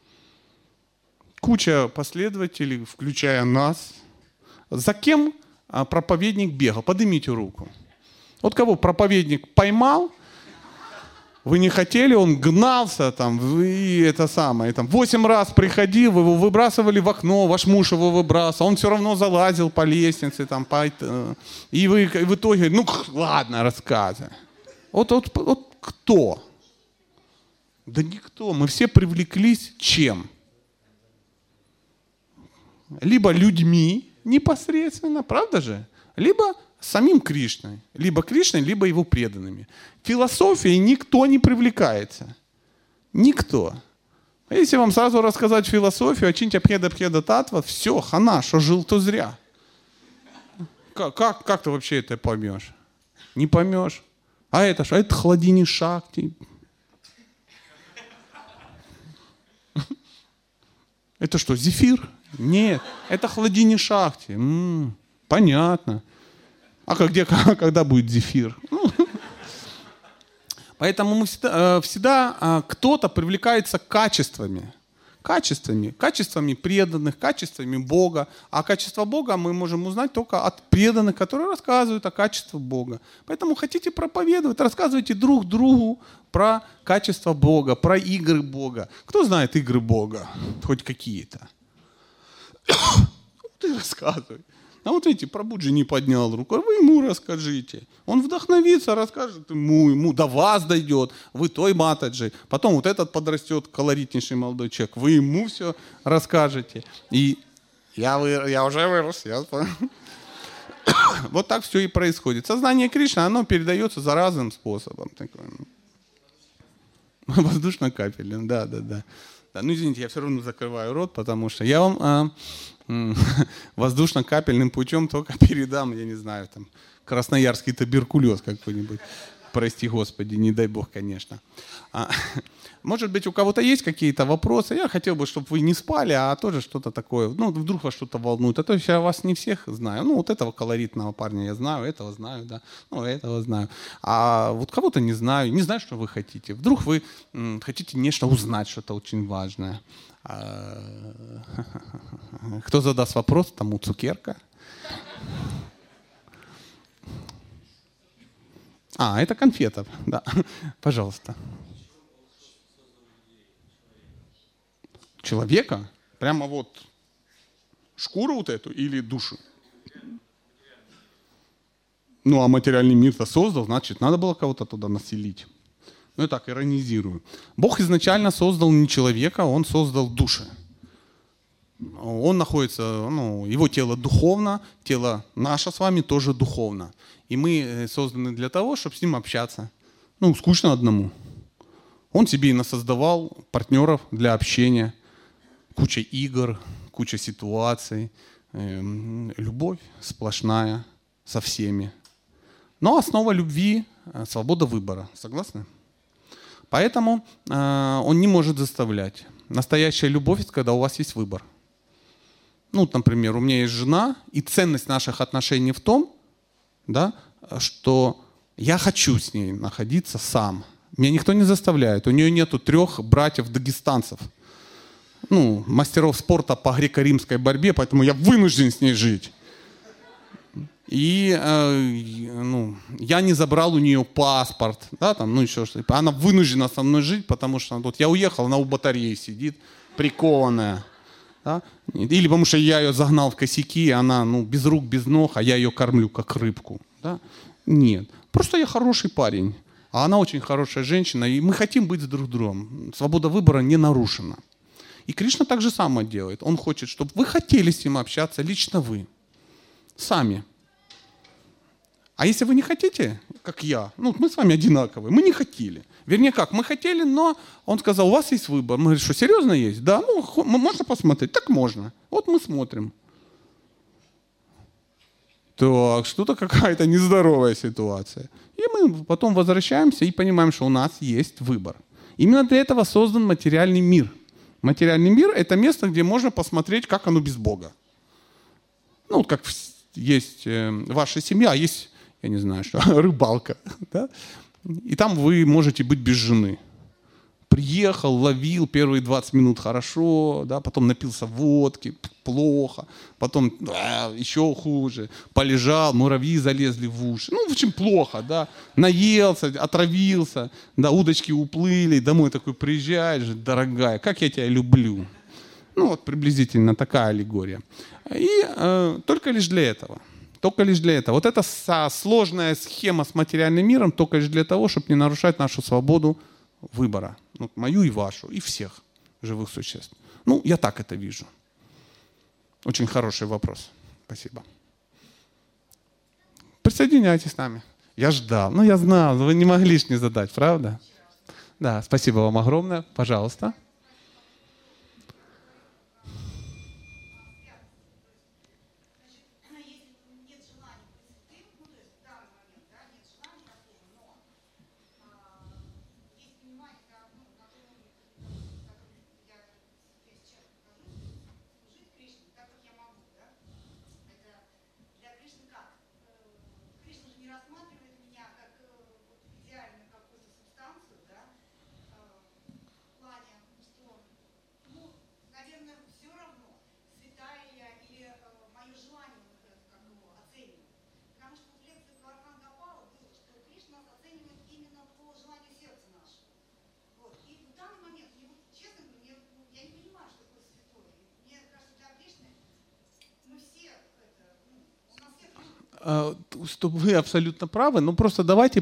Speaker 1: Куча последователей, включая нас. За кем проповедник бегал? Поднимите руку. Вот кого проповедник поймал, вы не хотели, он гнался там, и это самое, там 8 раз приходил, вы его выбрасывали в окно, ваш муж его выбрасывал, он все равно залазил по лестнице, там, и вы в итоге, ну ладно, рассказывай. Вот кто? Да никто. Мы все привлеклись чем? Либо людьми непосредственно, правда же? Либо самим Кришной. Либо Кришной, либо его преданными. Философией никто не привлекается. Никто. А если вам сразу рассказать философию, Ачинтя Пхеда Пхеда Татва, все, хана, что жил, то зря. Как ты вообще это поймешь? Не поймешь. А это что? Это Хладини Шакти. Это что, зефир? Нет, это Хладини Шакти. Понятно. А когда будет зефир? Поэтому мы всегда кто-то привлекается качествами. Качествами преданных, качествами Бога. А качество Бога мы можем узнать только от преданных, которые рассказывают о качестве Бога. Поэтому хотите проповедовать, рассказывайте друг другу про качество Бога, про игры Бога. Кто знает игры Бога? Хоть какие-то. Ты рассказывай. А вот видите, Прабхуджи не поднял руку, вы ему расскажите. Он вдохновится, расскажет ему, до вас дойдет, вы той матаджи. Потом вот этот подрастет, колоритнейший молодой человек, вы ему все расскажете. И я уже вырос. Вот так все и происходит. Сознание Кришны, оно передается за разным способом. Воздушно-капельным, да. Ну, извините, я все равно закрываю рот, потому что я вам воздушно-капельным путем только передам, я не знаю, там, красноярский туберкулез какой-нибудь. Прости, Господи, не дай Бог, конечно. Может быть, у кого-то есть какие-то вопросы? Я хотел бы, чтобы вы не спали, а тоже что-то такое. Ну, вдруг вас что-то волнует. А то я вас не всех знаю. Ну, вот этого колоритного парня я знаю, этого знаю, да. Ну, этого знаю. А вот кого-то не знаю. Не знаю, что вы хотите. Вдруг вы хотите нечто узнать, что-то очень важное. Кто задаст вопрос, тому цукерка. Это конфета, да. Пожалуйста. Человека? Прямо вот шкуру вот эту или душу? Ну, а материальный мир-то создал, значит, надо было кого-то туда населить. Ну, я так иронизирую. Бог изначально создал не человека, Он создал души. Он находится, его тело духовно, тело наше с вами тоже духовно. И мы созданы для того, чтобы с ним общаться. Ну, скучно одному. Он себе и насоздавал партнеров для общения. Куча игр, куча ситуаций. Любовь сплошная со всеми. Но основа любви – свобода выбора. Согласны? Поэтому он не может заставлять. Настоящая любовь – это когда у вас есть выбор. Ну, например, у меня есть жена, и ценность наших отношений в том, да, что я хочу с ней находиться сам. Меня никто не заставляет. У нее нету 3 братьев-дагестанцев. Ну, мастеров спорта по греко-римской борьбе, поэтому я вынужден с ней жить. И я не забрал у нее паспорт, да, там, еще что-то. Она вынуждена со мной жить, потому что вот я уехал, она у батареи сидит, прикованная. Да? Или потому что я ее загнал в косяки, она без рук, без ног, а я ее кормлю как рыбку. Да? Нет. Просто я хороший парень, а она очень хорошая женщина, и мы хотим быть с друг другом. Свобода выбора не нарушена. И Кришна так же самое делает. Он хочет, чтобы вы хотели с ним общаться, лично вы. Сами. А если вы не хотите, как я, мы с вами одинаковые, мы не хотели. Вернее как, мы хотели, но он сказал, у вас есть выбор. Мы говорим, что серьезно есть? Да, можно посмотреть? Так можно. Вот мы смотрим. Так, что-то какая-то нездоровая ситуация. И мы потом возвращаемся и понимаем, что у нас есть выбор. Именно для этого создан материальный мир. Материальный мир — это место, где можно посмотреть, как оно без Бога. Ну, как есть ваша семья, есть, я не знаю, что, рыбалка. Да? И там вы можете быть без жены. Приехал, ловил, первые 20 минут хорошо, да, потом напился водки, плохо, потом еще хуже, полежал, муравьи залезли в уши. Ну, в общем, плохо, да, наелся, отравился, да, удочки уплыли, домой такой приезжаешь, дорогая, как я тебя люблю. Ну, вот приблизительно такая аллегория. И только лишь для этого. Только лишь для этого. Вот эта сложная схема с материальным миром только лишь для того, чтобы не нарушать нашу свободу выбора. Ну, мою и вашу, и всех живых существ. Ну, я так это вижу. Очень хороший вопрос. Спасибо. Присоединяйтесь с нами. Я ждал. Ну, я знал, вы не могли ж не задать, правда? Да, спасибо вам огромное. Пожалуйста. Вы абсолютно правы, но просто давайте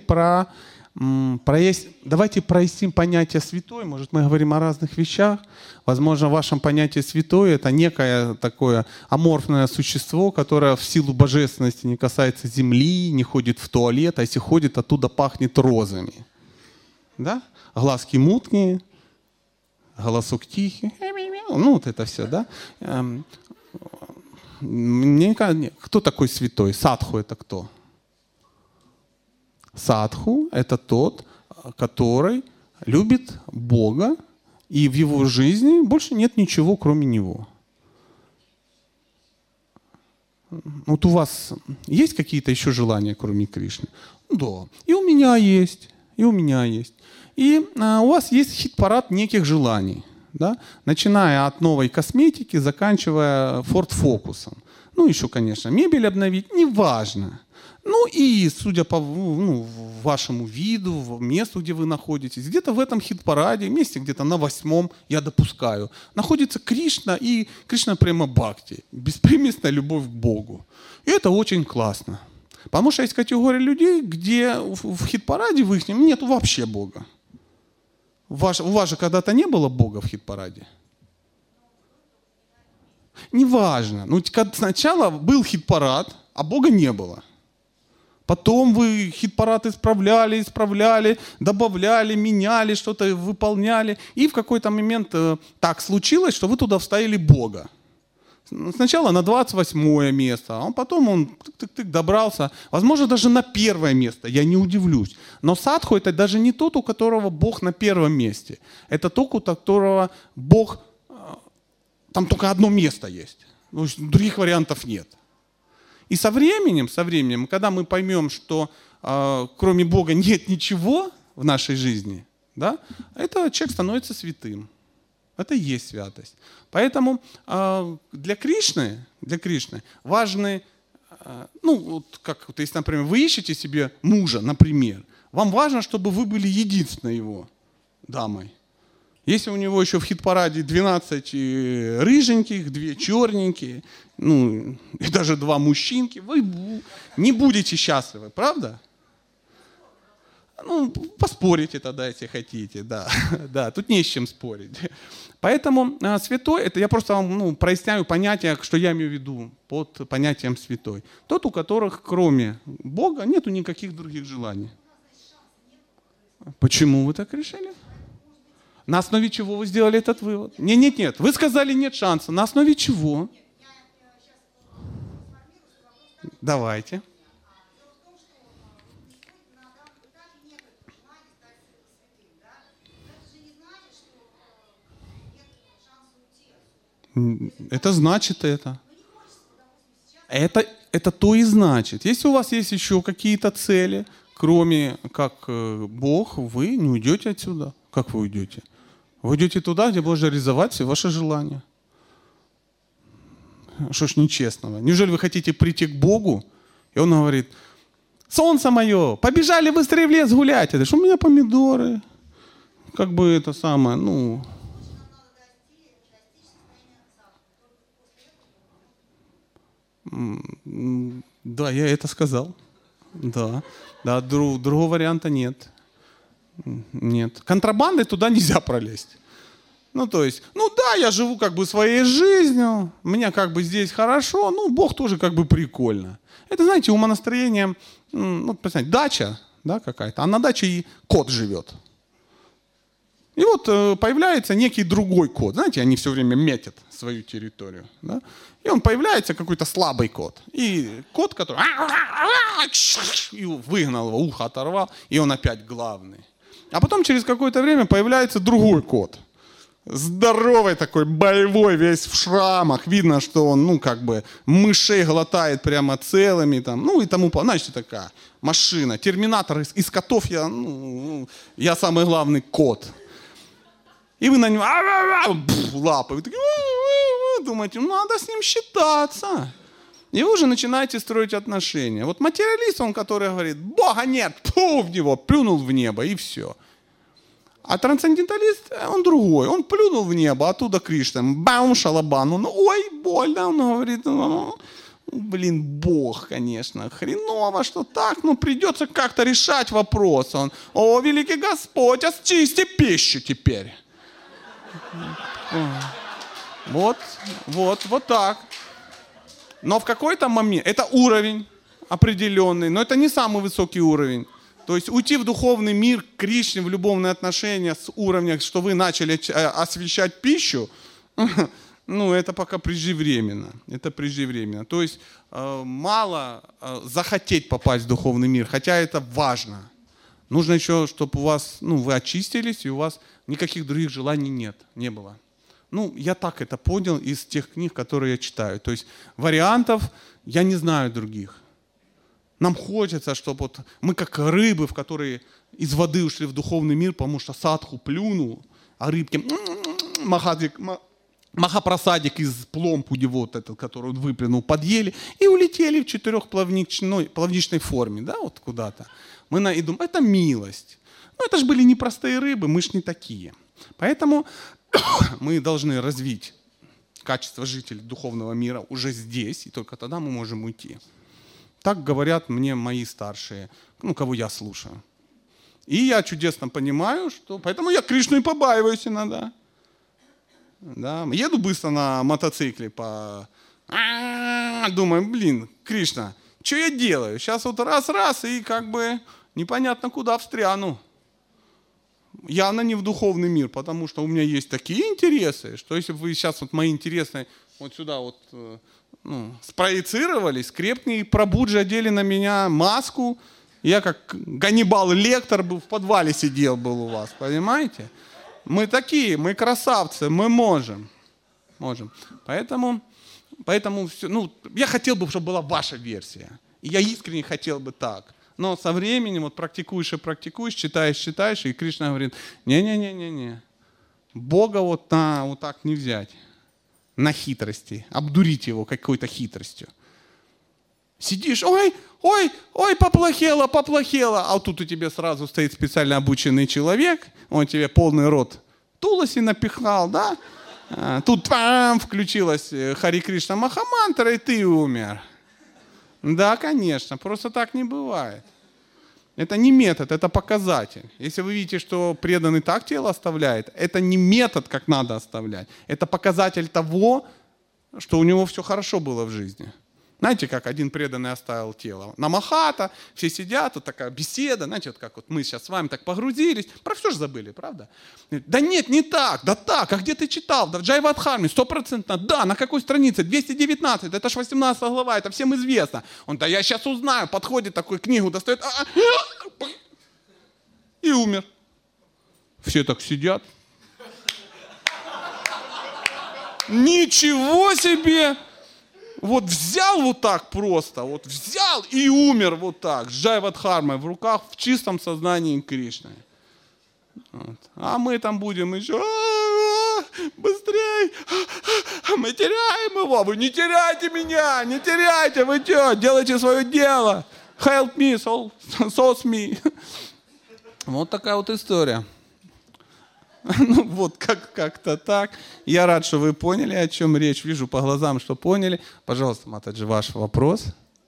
Speaker 1: давайте проясним понятие святой. Может, мы говорим о разных вещах. Возможно, в вашем понятии святой это некое такое аморфное существо, которое в силу божественности не касается земли, не ходит в туалет, а если ходит, оттуда пахнет розами. Да? Глазки мутные, голосок тихий. Ну, вот это все, да? Кто такой святой? Садху — это кто? Садху — это тот, который любит Бога, и в его жизни больше нет ничего, кроме Него. Вот у вас есть какие-то еще желания, кроме Кришны? Да. И у меня есть. И у меня есть. И у вас есть хит-парад неких желаний. Да? Начиная от новой косметики, заканчивая Ford Focus'ом. Ну, еще, конечно, мебель обновить, неважно. Ну, и, судя по вашему виду, месту, где вы находитесь, где-то в этом хит-параде, месте где-то на 8-м, я допускаю, находится Кришна и Кришна Према Бхакти, беспримесная любовь к Богу. И это очень классно. Потому что есть категория людей, где в хит-параде в их нету вообще Бога. У вас же когда-то не было Бога в хит-параде? Неважно. Ну, сначала был хит-парад, а Бога не было. Потом вы хит-парад исправляли, добавляли, меняли, что-то выполняли. И в какой-то момент так случилось, что вы туда вставили Бога. Сначала на 28 место, а потом он добрался, возможно, даже на 1 место, я не удивлюсь. Но садху — это даже не тот, у которого Бог на 1 месте. Это тот, у которого Бог, там только одно место есть. Других вариантов нет. И со временем, когда мы поймем, что кроме Бога нет ничего в нашей жизни, да, этот человек становится святым. Это и есть святость. Поэтому для Кришны важны, ну, вот как, вот если, например, вы ищете себе мужа, например, вам важно, чтобы вы были единственной его дамой. Если у него еще в хит-параде 12 рыженьких, 2 черненькие, ну, и даже 2 мужчинки, вы не будете счастливы, правда? Ну, поспорите тогда, если хотите, да, да, тут не с чем спорить. Поэтому святой, это я просто вам проясняю понятие, что я имею в виду под понятием святой. Тот, у которых кроме Бога нету никаких других желаний. Почему вы так решили? На основе чего вы сделали этот вывод? Нет, вы сказали нет шанса. На основе чего? Давайте. Это значит это. Это то и значит. Если у вас есть еще какие-то цели, кроме как Бог, вы не уйдете отсюда. Как вы уйдете? Вы уйдете туда, где можно реализовать все ваши желания. Что ж нечестного? Неужели вы хотите прийти к Богу, и Он говорит: солнце мое, побежали быстрее в лес гулять. Это что, у меня помидоры? Как бы это самое, Да, я это сказал. Да, другого варианта нет. Нет. Контрабандой туда нельзя пролезть. То есть, да, я живу как бы своей жизнью, мне как бы здесь хорошо, Бог тоже как бы прикольно. Это, знаете, умонастроение, представьте, дача, да, какая-то, а на даче и кот живет. И вот появляется некий другой кот. Знаете, они все время метят свою территорию. Да? И он появляется, какой-то слабый кот. И кот, который и выгнал его, ухо оторвал, и он опять главный. А потом через какое-то время появляется другой кот. Здоровый такой, боевой, весь в шрамах. Видно, что он, как бы мышей глотает прямо целыми. И тому, знаете, такая машина. Терминатор из котов, я самый главный кот. И вы на него лапы. Вы такие, думаете, надо с ним считаться. И вы уже начинаете строить отношения. Вот материалист, он, который говорит: Бога нет, в него, плюнул в небо, и все. А трансценденталист, он другой. Он плюнул в небо, оттуда Кришна, бам, шалабан. Он, ой, больно. Он говорит: Бог, конечно, хреново, что так, придется как-то решать вопрос. Он: о, великий Господь, очисти пищу теперь. Вот так. Но в какой-то момент, это уровень определенный, но это не самый высокий уровень. То есть уйти в духовный мир, к Кришне, в любовные отношения с уровня, что вы начали освещать пищу, это пока преждевременно. Это преждевременно. То есть мало захотеть попасть в духовный мир, хотя это важно. Нужно еще, чтобы у вас, вы очистились, и у вас никаких других желаний не было. Я так это понял из тех книг, которые я читаю. То есть вариантов я не знаю других. Нам хочется, чтобы мы как рыбы, в которые из воды ушли в духовный мир, потому что садху плюнул, а рыбки махапрасадик из пломбы, вот этот, который он выплюнул, подъели и улетели в четырехплавничной форме, да, вот куда-то. Мы думаем, это милость. Это же были непростые рыбы, мы ж не такие. Поэтому мы должны развить качество жителей духовного мира уже здесь, и только тогда мы можем уйти. Так говорят мне мои старшие, кого я слушаю. И я чудесно понимаю, что... Поэтому я Кришну и побаиваюсь иногда. Да? Еду быстро на мотоцикле думаю, Кришна, что я делаю? Сейчас вот раз, и как бы непонятно куда встряну. Явно не в духовный мир, потому что у меня есть такие интересы, что если бы вы сейчас мои интересы вот сюда спроецировались, скрепни Прабхуджи одели на меня маску, я как Ганнибал-лектор в подвале сидел был у вас, понимаете? Мы такие, мы красавцы, мы можем. Поэтому все, я хотел бы, чтобы была ваша версия. И я искренне хотел бы так. Но со временем практикуешь, читаешь, и Кришна говорит: не-не-не-не-не. Бога вот так не взять. На хитрости. Обдурить его какой-то хитростью. Сидишь, ой, поплохело. А тут у тебя сразу стоит специально обученный человек, он тебе полный рот тулоси напихал, да? Тут включилась Хари Кришна Махамантра, и ты умер. Да, конечно, просто так не бывает. Это не метод, это показатель. Если вы видите, что преданный так тело оставляет, это не метод, как надо оставлять. Это показатель того, что у него все хорошо было в жизни. Знаете, как один преданный оставил тело? На Махата, все сидят, вот такая беседа, знаете, вот как вот мы сейчас с вами так погрузились, про все же забыли, правда? Да нет, не так, да так, а где ты читал? Да в Джайвадхарме, 100%, да, на какой странице? 219, это ж 18 глава, это всем известно. Он: да я сейчас узнаю, подходит, такую книгу достает, и умер. Все так сидят. Ничего себе! Вот взял вот так просто, вот взял и умер вот так, с Джайвадхармой в руках, в чистом сознании Кришны. Вот. А мы там будем еще, быстрей, мы теряем его, вы не теряйте меня, не теряйте, вы что, делайте свое дело. Help me, sauce me. Вот такая вот история. Ну вот как-то так. Я рад, что вы поняли, о чем речь. Вижу по глазам, что поняли. Пожалуйста, Матаджи, ваш вопрос.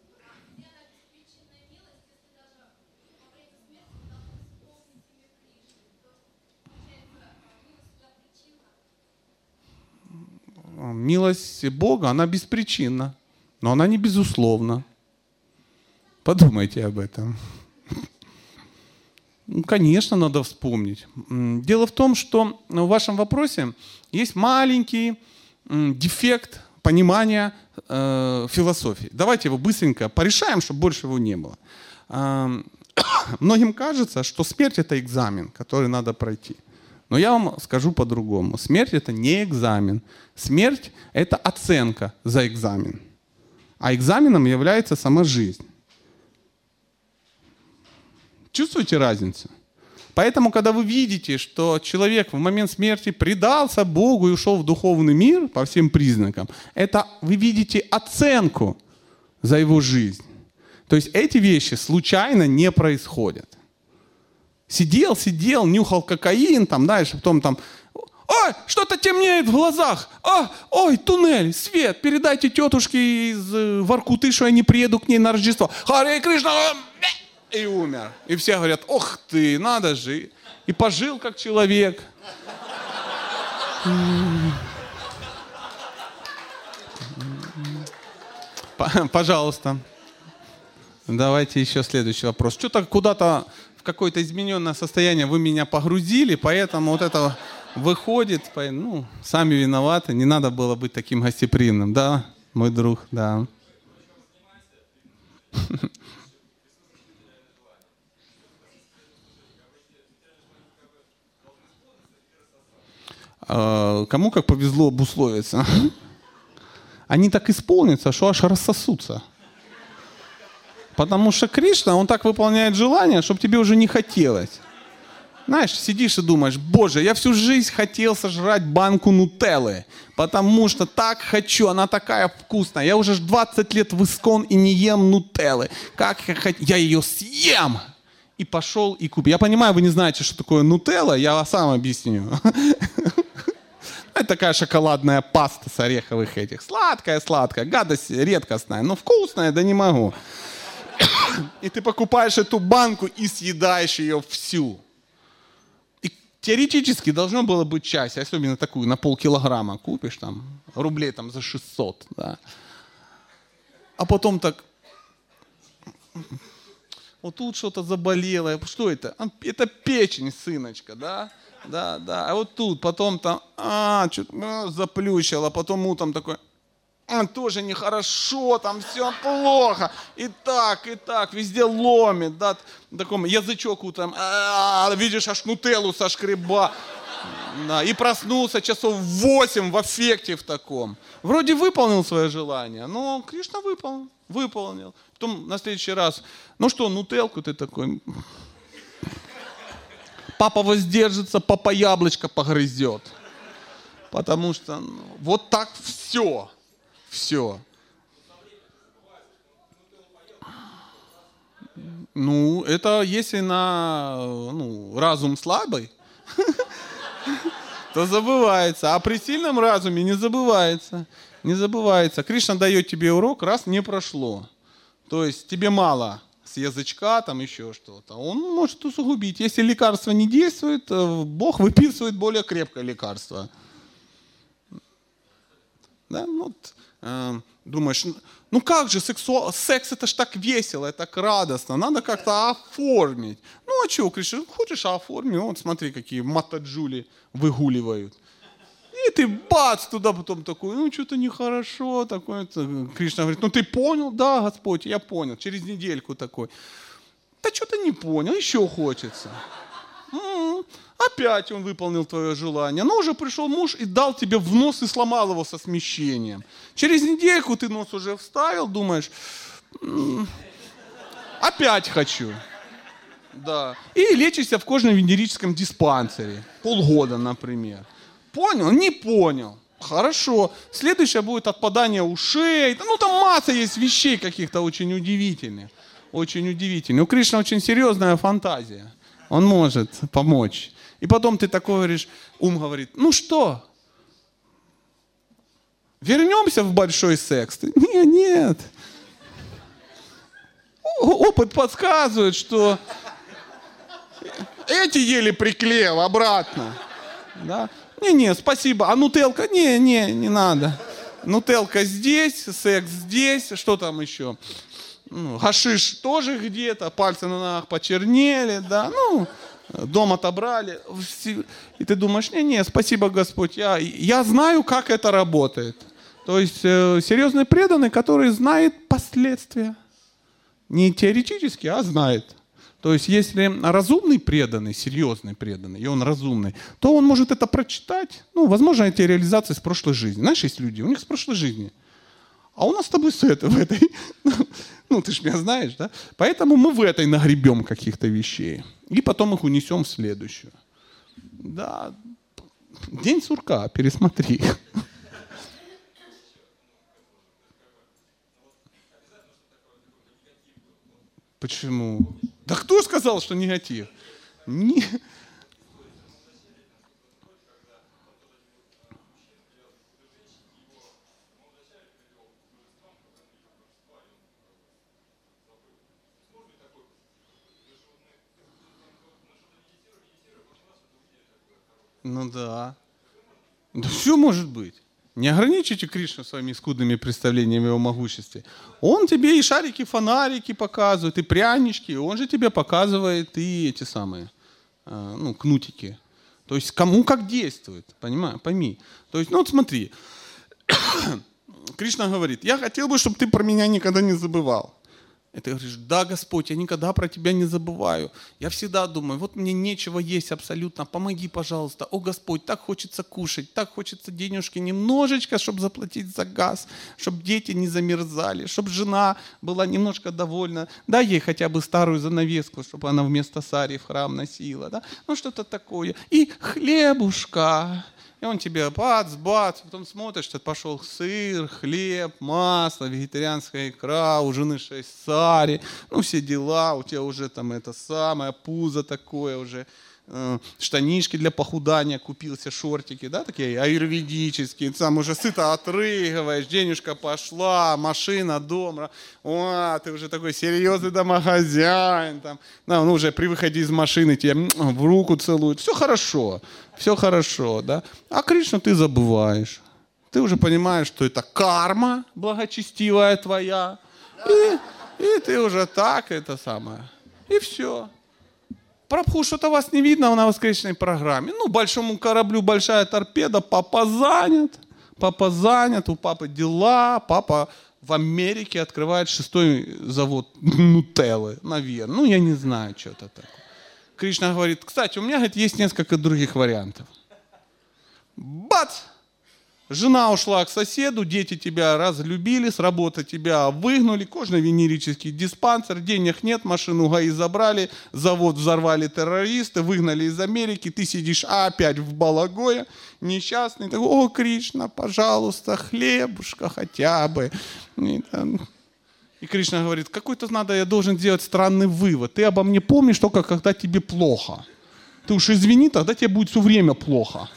Speaker 1: Милость Бога, она беспричинна, но она не безусловна. Подумайте об этом. Конечно, надо вспомнить. Дело в том, что в вашем вопросе есть маленький дефект понимания философии. Давайте его быстренько порешаем, чтобы больше его не было. Многим кажется, что смерть — это экзамен, который надо пройти. Но я вам скажу по-другому. Смерть — это не экзамен. Смерть — это оценка за экзамен. А экзаменом является сама жизнь. Чувствуете разницу? Поэтому, когда вы видите, что человек в момент смерти предался Богу и ушел в духовный мир по всем признакам, это вы видите оценку за его жизнь. То есть эти вещи случайно не происходят. Сидел, нюхал кокаин, там дальше, потом там, ой, что-то темнеет в глазах, ой, туннель, свет, передайте тетушке из Воркуты, что я не приеду к ней на Рождество. Харе Кришна! И умер. И все говорят, ох ты, надо же. И пожил как человек. Пожалуйста. Давайте еще следующий вопрос. Что-то куда-то в какое-то измененное состояние вы меня погрузили, поэтому вот это выходит. Ну, сами виноваты. Не надо было быть таким гостеприимным. Да, мой друг, да. Кому как повезло обусловиться. Они так исполнятся, что аж рассосутся. Потому что Кришна, он так выполняет желания, чтобы тебе уже не хотелось. Знаешь, сидишь и думаешь, боже, я всю жизнь хотел сожрать банку нутеллы, потому что так хочу, она такая вкусная. Я уже 20 лет в Искон и не ем нутеллы. Как я хочу, я ее съем! И пошел и купил. Я понимаю, вы не знаете, что такое нутелла, я сам объясню. Это такая шоколадная паста с ореховых этих. Сладкая, гадость редкостная, но вкусная, да не могу. И ты покупаешь эту банку и съедаешь ее всю. И теоретически должно было быть часть, особенно такую, на полкилограмма купишь, там, рублей там, за 600. Да. А потом так... Вот тут что-то заболело. Что это? Это печень, сыночка, да? Да. А вот тут, потом там, что-то заплющило, потом утром такой, тоже нехорошо, там все плохо. И так, везде ломит, да? Таком язычок утром, видишь, аж нутеллу сошкреба. Да, и проснулся часов в 8 в аффекте в таком. Вроде выполнил свое желание, но Кришна выполнил. Потом на следующий раз, ну что, нутелку ты такой... Папа воздержится, папа яблочко погрызет. Потому что вот так все. Ну, это если разум слабый, то забывается. А при сильном разуме не забывается. Кришна дает тебе урок, раз не прошло. То есть тебе мало с язычка, там еще что-то. Он может усугубить. Если лекарство не действует, Бог выписывает более крепкое лекарство. Да? Думаешь, ну как же, секс это ж так весело, так радостно, надо как-то оформить. Ну а что, Кришна, хочешь оформить? Вот смотри, какие матаджули выгуливают. И ты бац, туда потом такой, ну что-то нехорошо, такое-то. Кришна говорит, ну ты понял? Да, Господь, я понял. Через недельку такой. Да что-то не понял, еще хочется. опять он выполнил твое желание. Но уже пришел муж и дал тебе в нос и сломал его со смещением. Через недельку ты нос уже вставил, думаешь, опять хочу. Да. И лечишься в кожно-венерическом диспансере. Полгода, например. Понял? Не понял. Хорошо. Следующее будет отпадание ушей. Ну, там масса есть вещей каких-то очень удивительных. Очень удивительных. У Кришны очень серьезная фантазия. Он может помочь. И потом ты такой говоришь, ум говорит, ну что? Вернемся в большой секс? Нет. Опыт подсказывает, что эти еле приклеил обратно. Да? Не, спасибо. А нутелка? Не надо. Нутелка здесь, секс здесь, что там еще? Гашиш тоже где-то, пальцы на ногах почернели, да, дом отобрали. И ты думаешь, не, спасибо, Господь, я знаю, как это работает. То есть серьезный преданный, который знает последствия. Не теоретически, а знает. То есть если разумный преданный, серьезный преданный, и он разумный, то он может это прочитать. Возможно, эти реализации с прошлой жизни. Знаешь, есть люди, у них с прошлой жизни. А у нас с тобой в этой. Ты ж меня знаешь, да? Поэтому мы в этой нагребем каких-то вещей. И потом их унесем в следующую. Да. День сурка, пересмотри. Почему? Да кто сказал, что негатив? Да. Да все может быть. Не ограничите Кришну своими скудными представлениями о его могуществе. Он тебе и шарики, фонарики показывает, и прянички. Он же тебе показывает и эти самые, кнутики. То есть кому как действует. Пойми. То есть, смотри. Кришна говорит, я хотел бы, чтобы ты про меня никогда не забывал. И ты говоришь, да, Господь, я никогда про тебя не забываю. Я всегда думаю, вот мне нечего есть абсолютно, помоги, пожалуйста. О, Господь, так хочется кушать, так хочется денежки немножечко, чтобы заплатить за газ, чтобы дети не замерзали, чтобы жена была немножко довольна. Дай ей хотя бы старую занавеску, чтобы она вместо сари в храм носила. Да? Что-то такое. И хлебушка. И он тебе бац, потом смотришь, что пошел сыр, хлеб, масло, вегетарианская икра, у жены 6 сари, все дела, у тебя уже там это самое, пузо такое уже, штанишки для похудания, купился, шортики, да, такие аюрведические, сам уже сыто отрыгиваешь, денежка пошла, машина, дом, ты уже такой серьезный домохозяин, там, уже при выходе из машины тебя в руку целуют, все хорошо, да, а Кришну ты забываешь, ты уже понимаешь, что это карма благочестивая твоя, и ты уже так, это самое, и все. Прабху, что-то вас не видно на воскресной программе. Большому кораблю большая торпеда, папа занят, у папы дела, папа в Америке открывает 6-й завод нутеллы, наверное. Я не знаю, что-то такое. Кришна говорит, кстати, у меня, говорит, есть несколько других вариантов. Бац! Жена ушла к соседу, дети тебя разлюбили, с работы тебя выгнали, кожно-венерический диспансер, денег нет, машину ГАИ забрали, завод взорвали террористы, выгнали из Америки, ты сидишь опять в балагое, несчастный, такой, о, Кришна, пожалуйста, хлебушка хотя бы. И Кришна говорит, какой-то я должен сделать странный вывод, ты обо мне помнишь только, когда тебе плохо. Ты уж извини, тогда тебе будет все время плохо.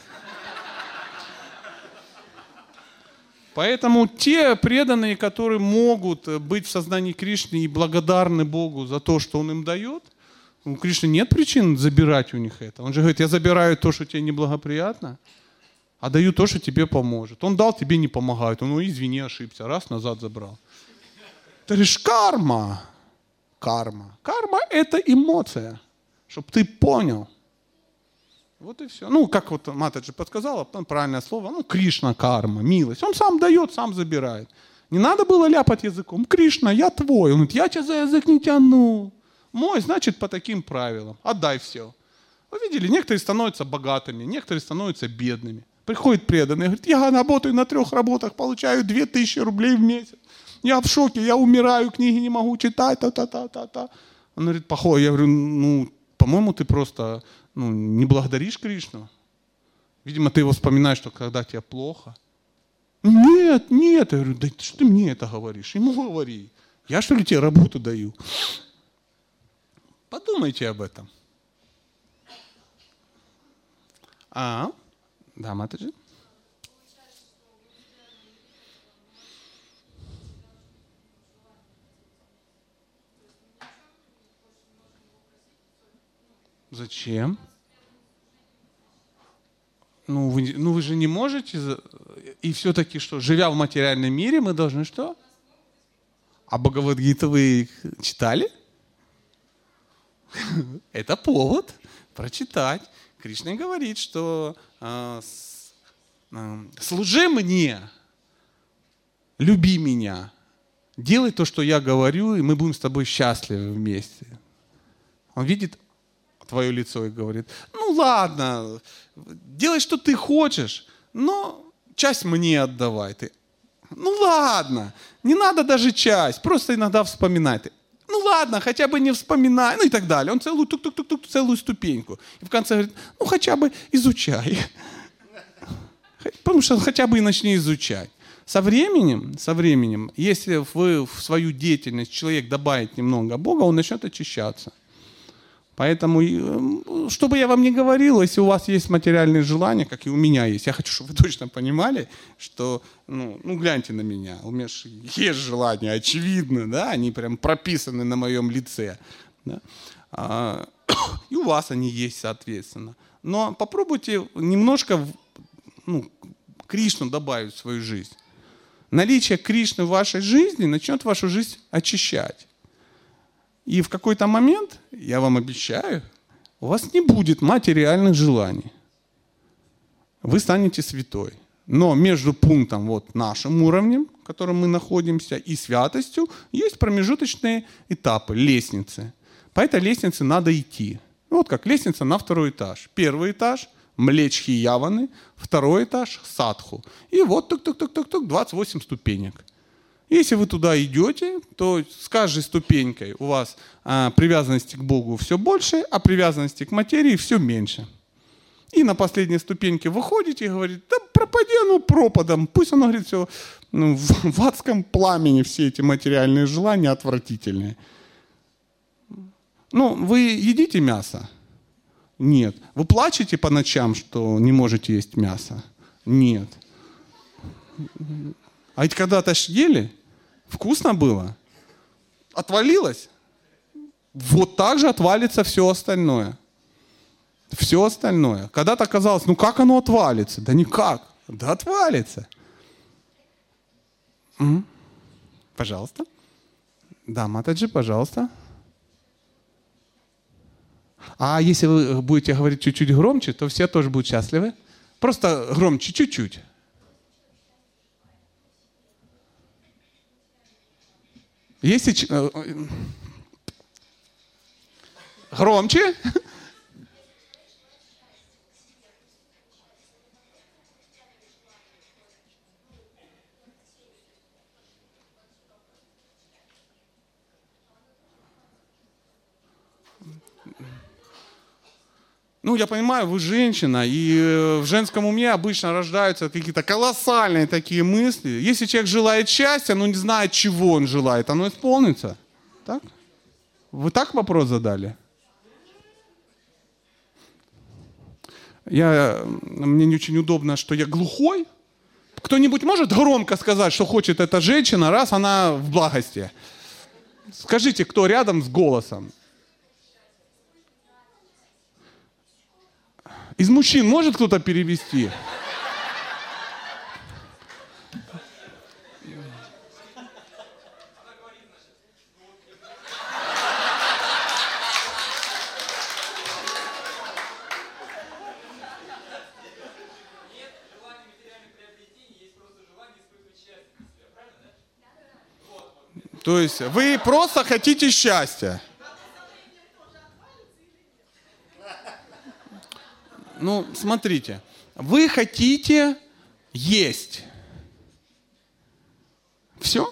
Speaker 1: Поэтому те преданные, которые могут быть в сознании Кришны и благодарны Богу за то, что Он им дает, у Кришны нет причин забирать у них это. Он же говорит, я забираю то, что тебе неблагоприятно, а даю то, что тебе поможет. Он дал, тебе не помогает. Он, извини, ошибся, раз, назад забрал. Ты говоришь, карма. Карма это эмоция, чтобы ты понял. Вот и все. Как Матаджи подсказала, правильное слово, Кришна карма, милость. Он сам дает, сам забирает. Не надо было ляпать языком. Кришна, я твой. Он говорит, я тебя за язык не тяну. Мой, значит, по таким правилам. Отдай все. Вы видели, некоторые становятся богатыми, некоторые становятся бедными. Приходит преданный, говорит, я работаю на 3 работах, получаю 2000 рублей в месяц. Я в шоке, я умираю, книги не могу читать, та-та-та-та-та. Он говорит, похоже, я говорю, по-моему, ты просто не благодаришь Кришну. Видимо, ты его вспоминаешь, что когда тебе плохо. Нет. Я говорю, да что ты мне это говоришь? Ему говори. Я что ли тебе работу даю? Подумайте об этом. Да, Матаджи? Зачем? Вы же не можете. И все-таки что, живя в материальном мире, мы должны что? А Бхагавад-гиту вы читали? Это повод прочитать. Кришна говорит, что служи мне, люби меня, делай то, что я говорю, и мы будем с тобой счастливы вместе. Он видит твое лицо и говорит, ладно, делай, что ты хочешь, но часть мне отдавай. Ты, ладно, не надо даже часть, просто иногда вспоминай. Ты, ладно, хотя бы не вспоминай, и так далее. Он целую ступеньку. И в конце говорит, хотя бы изучай. Потому что хотя бы и начни изучать. Со временем, если вы в свою деятельность человек добавит немного Бога, он начнет очищаться. Поэтому, что бы я вам ни говорил, если у вас есть материальные желания, как и у меня есть, я хочу, чтобы вы точно понимали, что, гляньте на меня, у меня есть желания, очевидно, да, они прям прописаны на моем лице, да? И у вас они есть, соответственно. Но попробуйте немножко, Кришну добавить в свою жизнь. Наличие Кришны в вашей жизни начнет вашу жизнь очищать. И в какой-то момент, я вам обещаю, у вас не будет материальных желаний. Вы станете святой. Но между пунктом, нашим уровнем, в котором мы находимся, и святостью, есть промежуточные этапы, лестницы. По этой лестнице надо идти. Как лестница на 2 этаж. 1 этаж – млечхи яваны, 2 этаж – садху. И тук-тук-тук-тук-тук, 28 ступенек. Если вы туда идете, то с каждой ступенькой у вас привязанности к Богу все больше, а привязанности к материи все меньше. И на последней ступеньке выходите и говорите, да пропади оно пропадом, пусть оно, говорит, все в адском пламени, все эти материальные желания отвратительные. Вы едите мясо? Нет. Вы плачете по ночам, что не можете есть мясо? Нет. А ведь когда-то ж ели? Вкусно было? Отвалилось? Вот так же отвалится все остальное. Все остальное. Когда-то казалось, как оно отвалится? Да никак. Да отвалится. Пожалуйста. Да, Матаджи, пожалуйста. А если вы будете говорить чуть-чуть громче, то все тоже будут счастливы. Просто громче, чуть-чуть. Если... Громче. Я понимаю, вы женщина, и в женском уме обычно рождаются какие-то колоссальные такие мысли. Если человек желает счастья, но не знает, чего он желает, оно исполнится. Так? Вы так вопрос задали? Мне не очень удобно, что я глухой. Кто-нибудь может громко сказать, что хочет эта женщина, раз она в благости? Скажите, кто рядом с голосом? Из мужчин может кто-то перевести? То есть вы просто хотите счастья. Ну, смотрите, вы хотите есть. Все?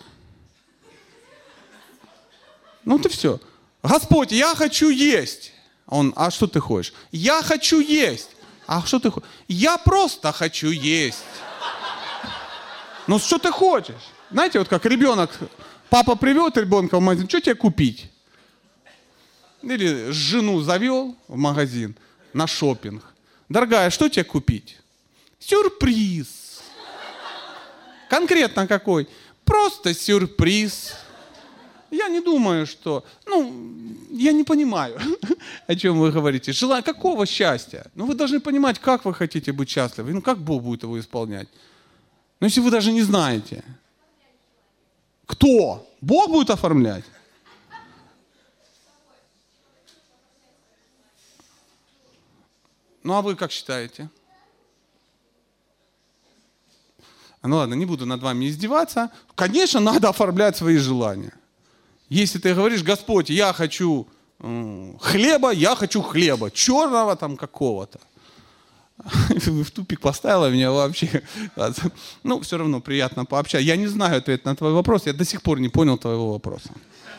Speaker 1: Ну, ты все. Господь, я хочу есть. Он, а что ты хочешь? Я хочу есть. А что ты хочешь? Я просто хочу есть. Ну, что ты хочешь? Знаете, вот как ребенок, папа привел ребенка в магазин, что тебе купить? Или жену завел в магазин на шопинг. Дорогая, что тебе купить? Сюрприз. Конкретно какой? Просто сюрприз. Я не думаю, что... я не понимаю, о чем вы говорите. Желание какого счастья? Вы должны понимать, как вы хотите быть счастливы. Как Бог будет его исполнять? Если вы даже не знаете. Кто? Бог будет оформлять? А вы как считаете? Ладно, не буду над вами издеваться. Конечно, надо оформлять свои желания. Если ты говоришь, Господь, я хочу хлеба, я хочу хлеба, черного там какого-то. В тупик поставила меня вообще. Все равно приятно пообщаться. Я не знаю ответ на твой вопрос, я до сих пор не понял твоего вопроса.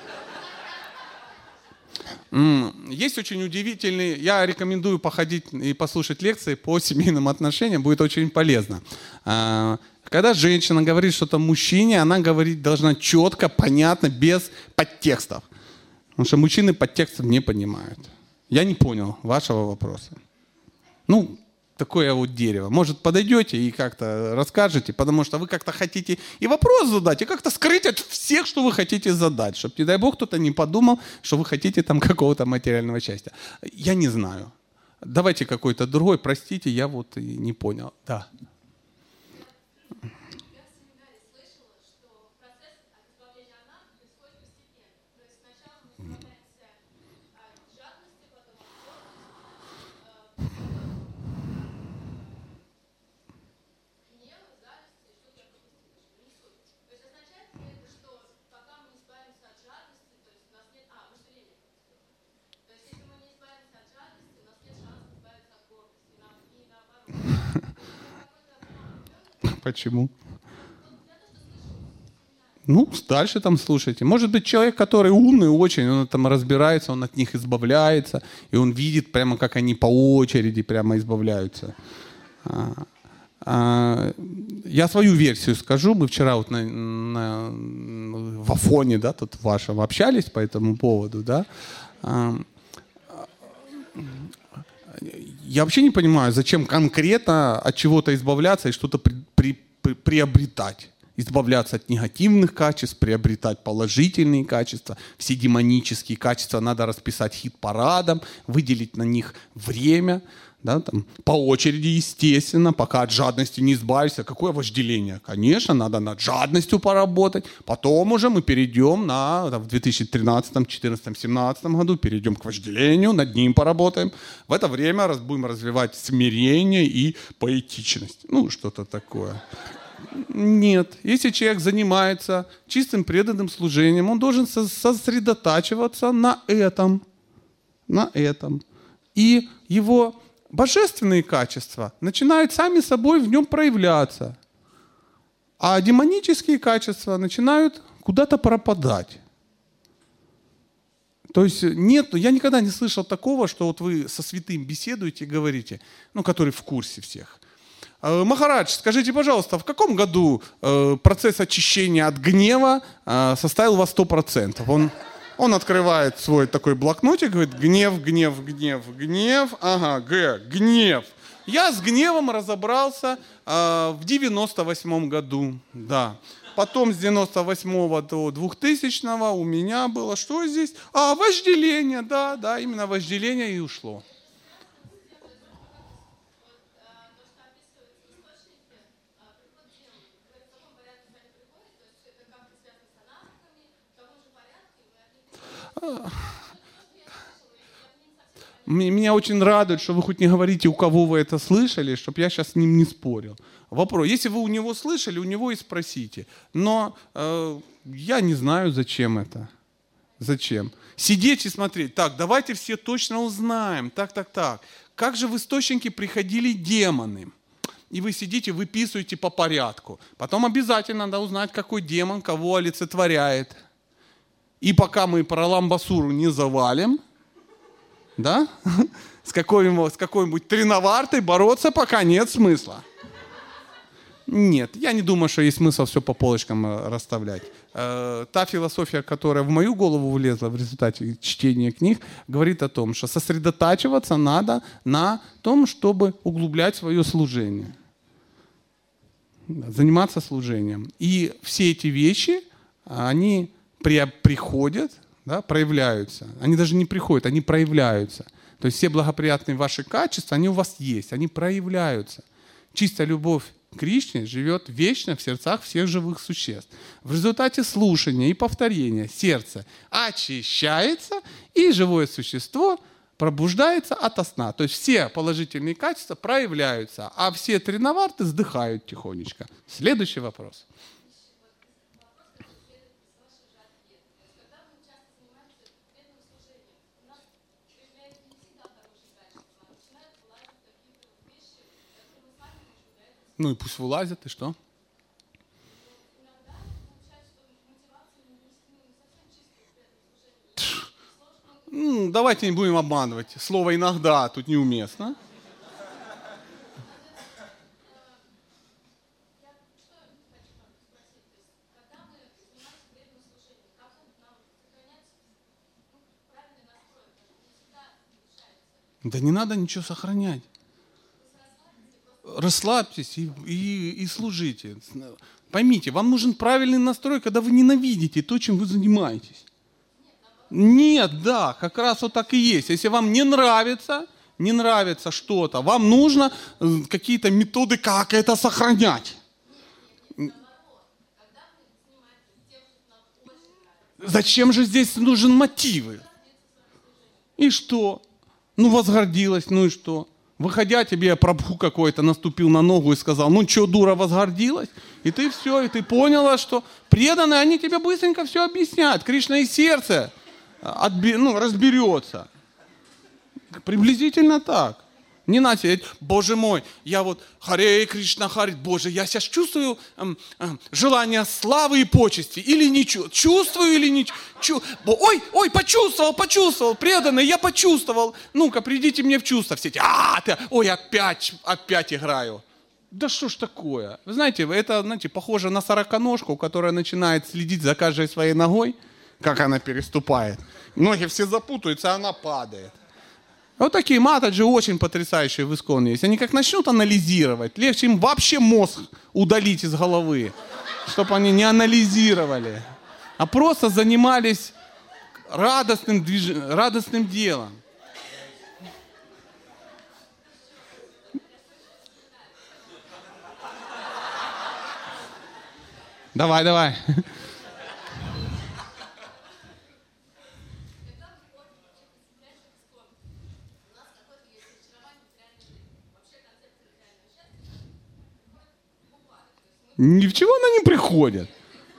Speaker 1: Есть очень удивительный, я рекомендую походить и послушать лекции по семейным отношениям, будет очень полезно. Когда женщина говорит что-то мужчине, она говорить должна четко, понятно, без подтекстов. Потому что мужчины подтекстов не понимают. Я не понял вашего вопроса. Такое вот дерево. Может, подойдете и как-то расскажете, потому что вы как-то хотите и вопрос задать, и как-то скрыть от всех, что вы хотите задать, чтобы, не дай бог, кто-то не подумал, что вы хотите там какого-то материального счастья. Я не знаю. Давайте какой-то другой, простите, я вот и не понял. Да. Почему? Дальше там слушайте. Может быть, человек, который умный очень, он там разбирается, он от них избавляется, и он видит прямо, как они по очереди прямо избавляются. Я свою версию скажу. Мы вчера вот в Афоне, да, тут вашем общались по этому поводу, да. Я вообще не понимаю, зачем конкретно от чего-то избавляться и что-то приобретать. Избавляться от негативных качеств, приобретать положительные качества. Все демонические качества надо расписать хит-парадом, выделить на них время. Да, там, по очереди, естественно, пока от жадности не избавишься. Какое вожделение? Конечно, надо над жадностью поработать. Потом уже мы перейдем в 2013, 2014, 2017 году, перейдем к вожделению, над ним поработаем. В это время будем развивать смирение и поэтичность. Что-то такое. Нет. Если человек занимается чистым преданным служением, он должен сосредотачиваться на этом. На этом. И его божественные качества начинают сами собой в нем проявляться. А демонические качества начинают куда-то пропадать. То есть нет, я никогда не слышал такого, что вот вы со святым беседуете и говорите, который в курсе всех. Махарадж, скажите, пожалуйста, в каком году процесс очищения от гнева составил у вас 100%? Он открывает свой такой блокнотик, говорит, гнев, гнев, гнев, гнев. Ага, гнев. Я с гневом разобрался в 98 году, да. Потом с 98 до 2000 у меня было, что здесь? Вожделение, да, именно вожделение и ушло. Меня очень радует, что вы хоть не говорите, у кого вы это слышали, чтобы я сейчас с ним не спорил. Вопрос. Если вы у него слышали, у него и спросите. Но я не знаю, зачем это. Зачем? Сидеть и смотреть. Так, давайте все точно узнаем. Так. как же в источники приходили демоны. И вы сидите, выписываете по порядку. Потом обязательно надо узнать, какой демон кого олицетворяет. И пока мы про ламбасуру не завалим, да, с какой-нибудь треновартой бороться пока нет смысла. Нет, я не думаю, что есть смысл все по полочкам расставлять. Та философия, которая в мою голову влезла в результате чтения книг, говорит о том, что сосредотачиваться надо на том, чтобы углублять свое служение. Заниматься служением. И все эти вещи, они приходят, да, проявляются. Они даже не приходят, они проявляются. То есть все благоприятные ваши качества, они у вас есть, они проявляются. Чистая любовь Кришне живет вечно в сердцах всех живых существ. В результате слушания и повторения сердце очищается, и живое существо пробуждается ото сна. То есть все положительные качества проявляются, а все треноварты сдыхают тихонечко. Следующий вопрос. Ну и пусть вылазят, и что? Давайте не будем обманывать. Слово «иногда» тут неуместно. Да не надо ничего сохранять. Расслабьтесь и служите. Поймите, вам нужен правильный настрой, когда вы ненавидите то, чем вы занимаетесь. Нет, да, как раз вот так и есть. Если вам не нравится что-то, вам нужно какие-то методы, как это сохранять. Зачем же здесь нужны мотивы? И что? Ну, возгордилась, ну и что? Выходя, тебе прабху какой-то наступил на ногу и сказал, ну что, дура, возгордилась? И ты все, и ты поняла, что преданные, они тебе быстренько все объясняют. Кришна и сердце разберется. Приблизительно так. Не надо сидеть, Боже мой, я вот Харе Кришна, Харе, Боже, я сейчас чувствую желание славы и почести. Или не чувствую, или не чувствую. Ой, почувствовал, преданный, я почувствовал. Ну-ка, придите мне в чувство. Все эти, опять играю. Да что ж такое? Вы знаете, это, похоже на сороконожку, которая начинает следить за каждой своей ногой, как она переступает. Ноги все запутаются, а она падает. Вот такие матаджи очень потрясающие в Исконе есть. Они как начнут анализировать, легче им вообще мозг удалить из головы, чтобы они не анализировали, а просто занимались радостным делом. Давай. Ни в чего она не приходит.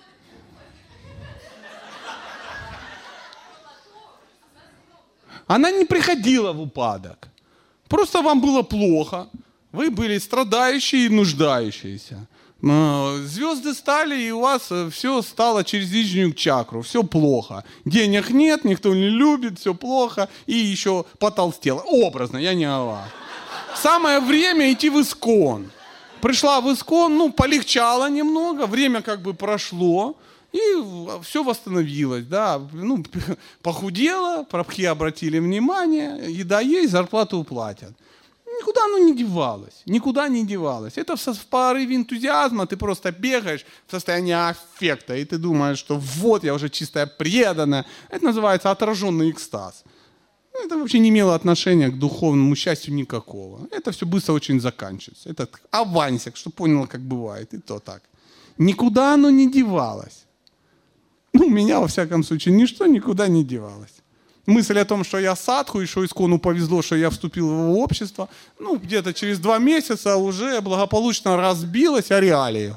Speaker 1: Она не приходила в упадок. Просто вам было плохо. Вы были страдающие и нуждающиеся. Звезды стали, и у вас все стало через нижнюю чакру. Все плохо. Денег нет, никто не любит, все плохо. И еще потолстело. Образно, я не Аллах. Самое время идти в Искон. Пришла в Искон, полегчало немного, время как бы прошло, и все восстановилось, да. Похудела, прабхи обратили внимание, еда есть, зарплату уплатят. Никуда оно не девалось. Это в порыве энтузиазма ты просто бегаешь в состоянии аффекта, и ты думаешь, что вот я уже чистая преданная. Это называется отраженный экстаз. Это вообще не имело отношения к духовному счастью никакого. Это все быстро очень заканчивается. Это авансик, что понял, как бывает, и то так. Никуда оно не девалось. У меня, во всяком случае, ничто никуда не девалось. Мысль о том, что я садху, и что Искону повезло, что я вступил в его общество, где-то через 2 месяца уже благополучно разбилась о реалии.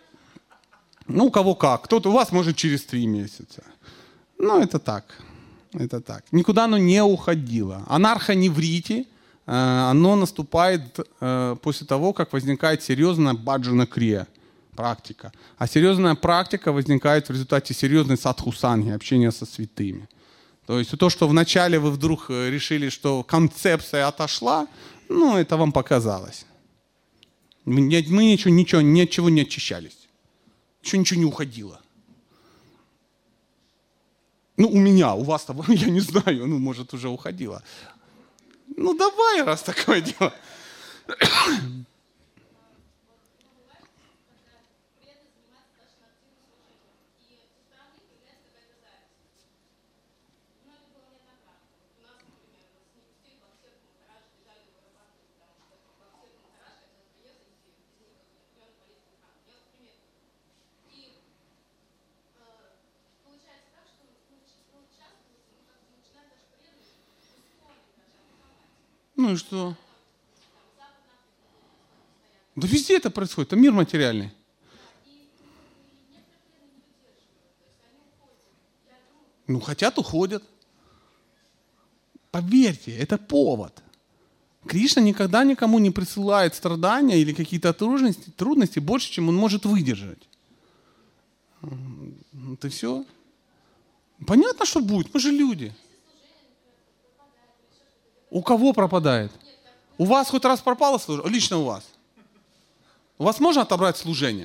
Speaker 1: У кого как. Кто-то у вас может через 3 месяца. Это так. Это так. Никуда оно не уходило. Анархоневрите, оно наступает после того, как возникает серьезная баджана-крия, практика. А серьезная практика возникает в результате серьезной садхусанги, общения со святыми. То есть то, что вначале вы вдруг решили, что концепция отошла, ну, это вам показалось. Мы ничего ни от чего не очищались. Ничего не уходило. Ну, у меня, у вас-то, я не знаю, ну, может, уже уходило. Ну, давай, раз такое дело. Ну и что? Да везде это происходит, это мир материальный. Ну, хотят, уходят. Поверьте, это повод. Кришна никогда никому не присылает страдания или какие-то трудности больше, чем он может выдержать. Вот и все. Понятно, что будет, мы же люди. У кого пропадает? У вас хоть раз пропало служение? Лично у вас. У вас можно отобрать служение?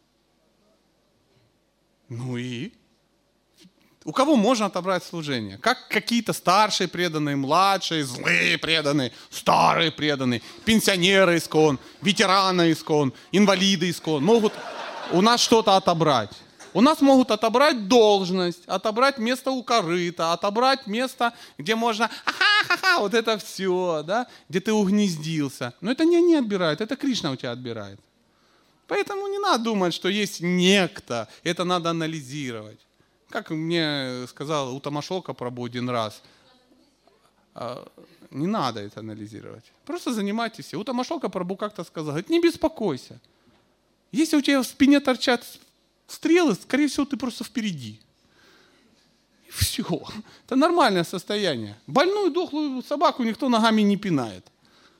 Speaker 1: Ну и? У кого можно отобрать служение? Как какие-то старшие преданные, младшие, злые преданные, старые преданные, пенсионеры искон, ветераны искон, инвалиды искон могут у нас что-то отобрать. У нас могут отобрать должность, отобрать место у корыта, отобрать место, где можно, ха-ха-ха, вот это все, да, где ты угнездился. Но это не они отбирают, это Кришна у тебя отбирает. Поэтому не надо думать, что есть некто, это надо анализировать. Как мне сказал Уттама Шока Прабху один раз, не надо это анализировать. Просто занимайтесь. Уттама Шока Прабху как-то сказал, говорит, не беспокойся. Если у тебя в спине торчат стрелы, скорее всего, ты просто впереди. И все. Это нормальное состояние. Больную, дохлую собаку никто ногами не пинает.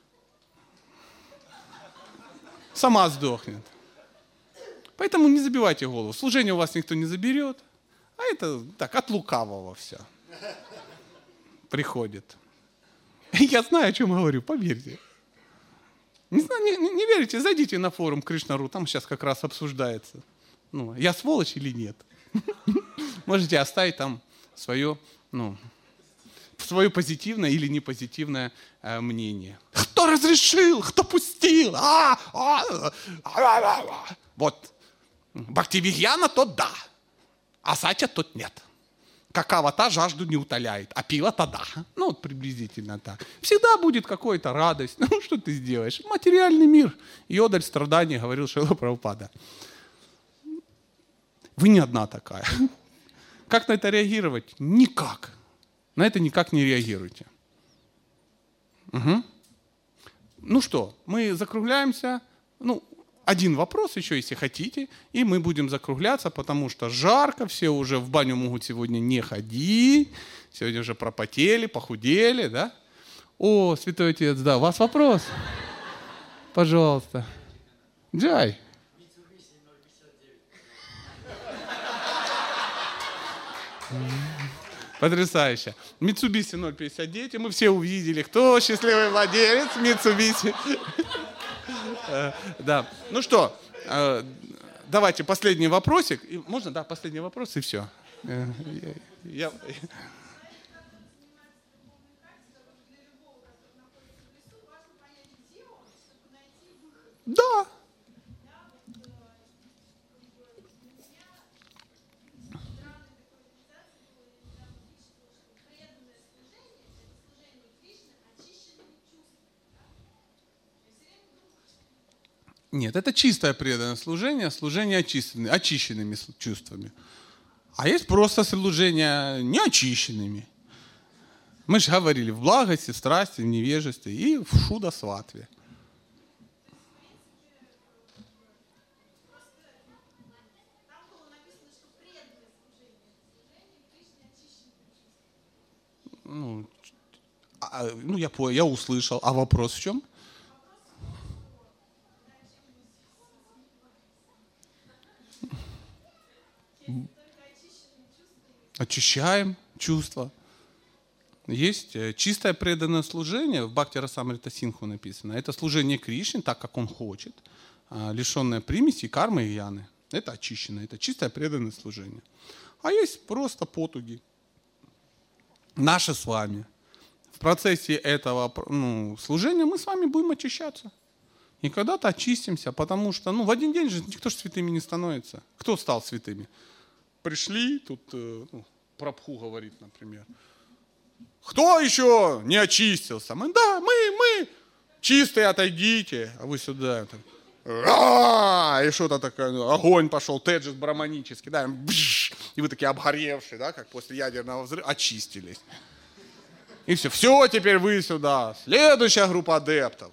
Speaker 1: Сама сдохнет. Поэтому не забивайте голову. Служение у вас никто не заберет. А это так, от лукавого все. Приходит. Я знаю, о чем говорю, поверьте. Не верите, зайдите на форум Кришна.ру, там сейчас как раз обсуждается. Ну, я сволочь или нет? Можете оставить там свое позитивное или непозитивное мнение. Кто разрешил? Кто пустил? Вот. Бхактивигьяна тот да, а сатья тот нет. Какава-то жажду не утоляет, а пиво-то да. Ну, вот приблизительно так. Всегда будет какая-то радость. Ну, что ты сделаешь? Материальный мир. Йодаль страданий, говорил Шрила Прабхупада. Вы не одна такая. Как на это реагировать? Никак. На это никак не реагируйте. Угу. Ну что, мы закругляемся. Ну, один вопрос еще, если хотите, и мы будем закругляться, потому что жарко, все уже в баню могут сегодня не ходить, сегодня уже пропотели, похудели, да? О, Святой Отец, да, у вас вопрос? Пожалуйста. Джай. Потрясающе. Mitsubishi 059, и мы все увидели, кто счастливый владелец Mitsubishi. Да. Ну что, давайте последний вопросик. Можно, да, последний вопрос и все. Да. Нет, это чистое преданное служение, служение очищенными чувствами. А есть просто служение неочищенными. Мы же говорили в благости, страсти, в невежестве и в шуда-сватве. я понял, я услышал. А вопрос в чем? Очищаем чувства. Есть чистое преданное служение, в Бхакти Расамрита Синху написано. Это служение Кришне, так как он хочет, лишенное примесей, кармы и яны. Это очищено, это чистое преданное служение. А есть просто потуги. Наши с вами. В процессе этого служения мы с вами будем очищаться. И когда-то очистимся, потому что в один день же никто же святыми не становится. Кто стал святыми? Пришли, тут Прабху говорит, например. Кто еще не очистился? Мы чистые, отойдите. А вы сюда. И что-то такое, огонь пошел, теджес браманический, да, и вы такие обгоревшие, да, как после ядерного взрыва, очистились. И все, теперь вы сюда, следующая группа адептов.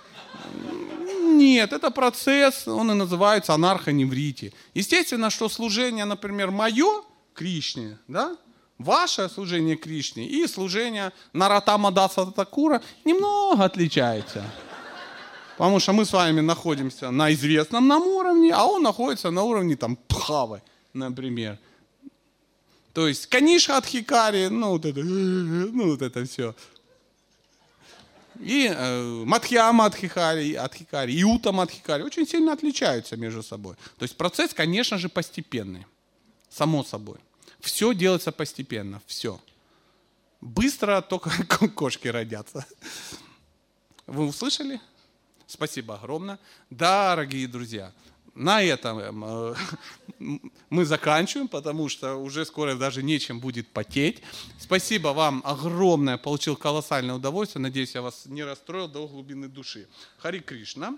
Speaker 1: Нет, это процесс, он и называется анархоневрити. Естественно, что служение, например, мое, Кришне, да, ваше служение Кришне и служение Нароттама Даса Такура немного отличается. Потому что мы с вами находимся на известном нам уровне, а он находится на уровне Пхавы, например. То есть Каниша Адхикари, вот это все. И Мадхьяма Адхикари, и Уттама Адхикари очень сильно отличаются между собой. То есть процесс, конечно же, постепенный. Само собой. Все делается постепенно, все. Быстро только кошки родятся. Вы услышали? Спасибо огромное. Дорогие друзья, на этом мы заканчиваем, потому что уже скоро даже нечем будет потеть. Спасибо вам огромное, получил колоссальное удовольствие. Надеюсь, я вас не расстроил до глубины души. Хари Кришна.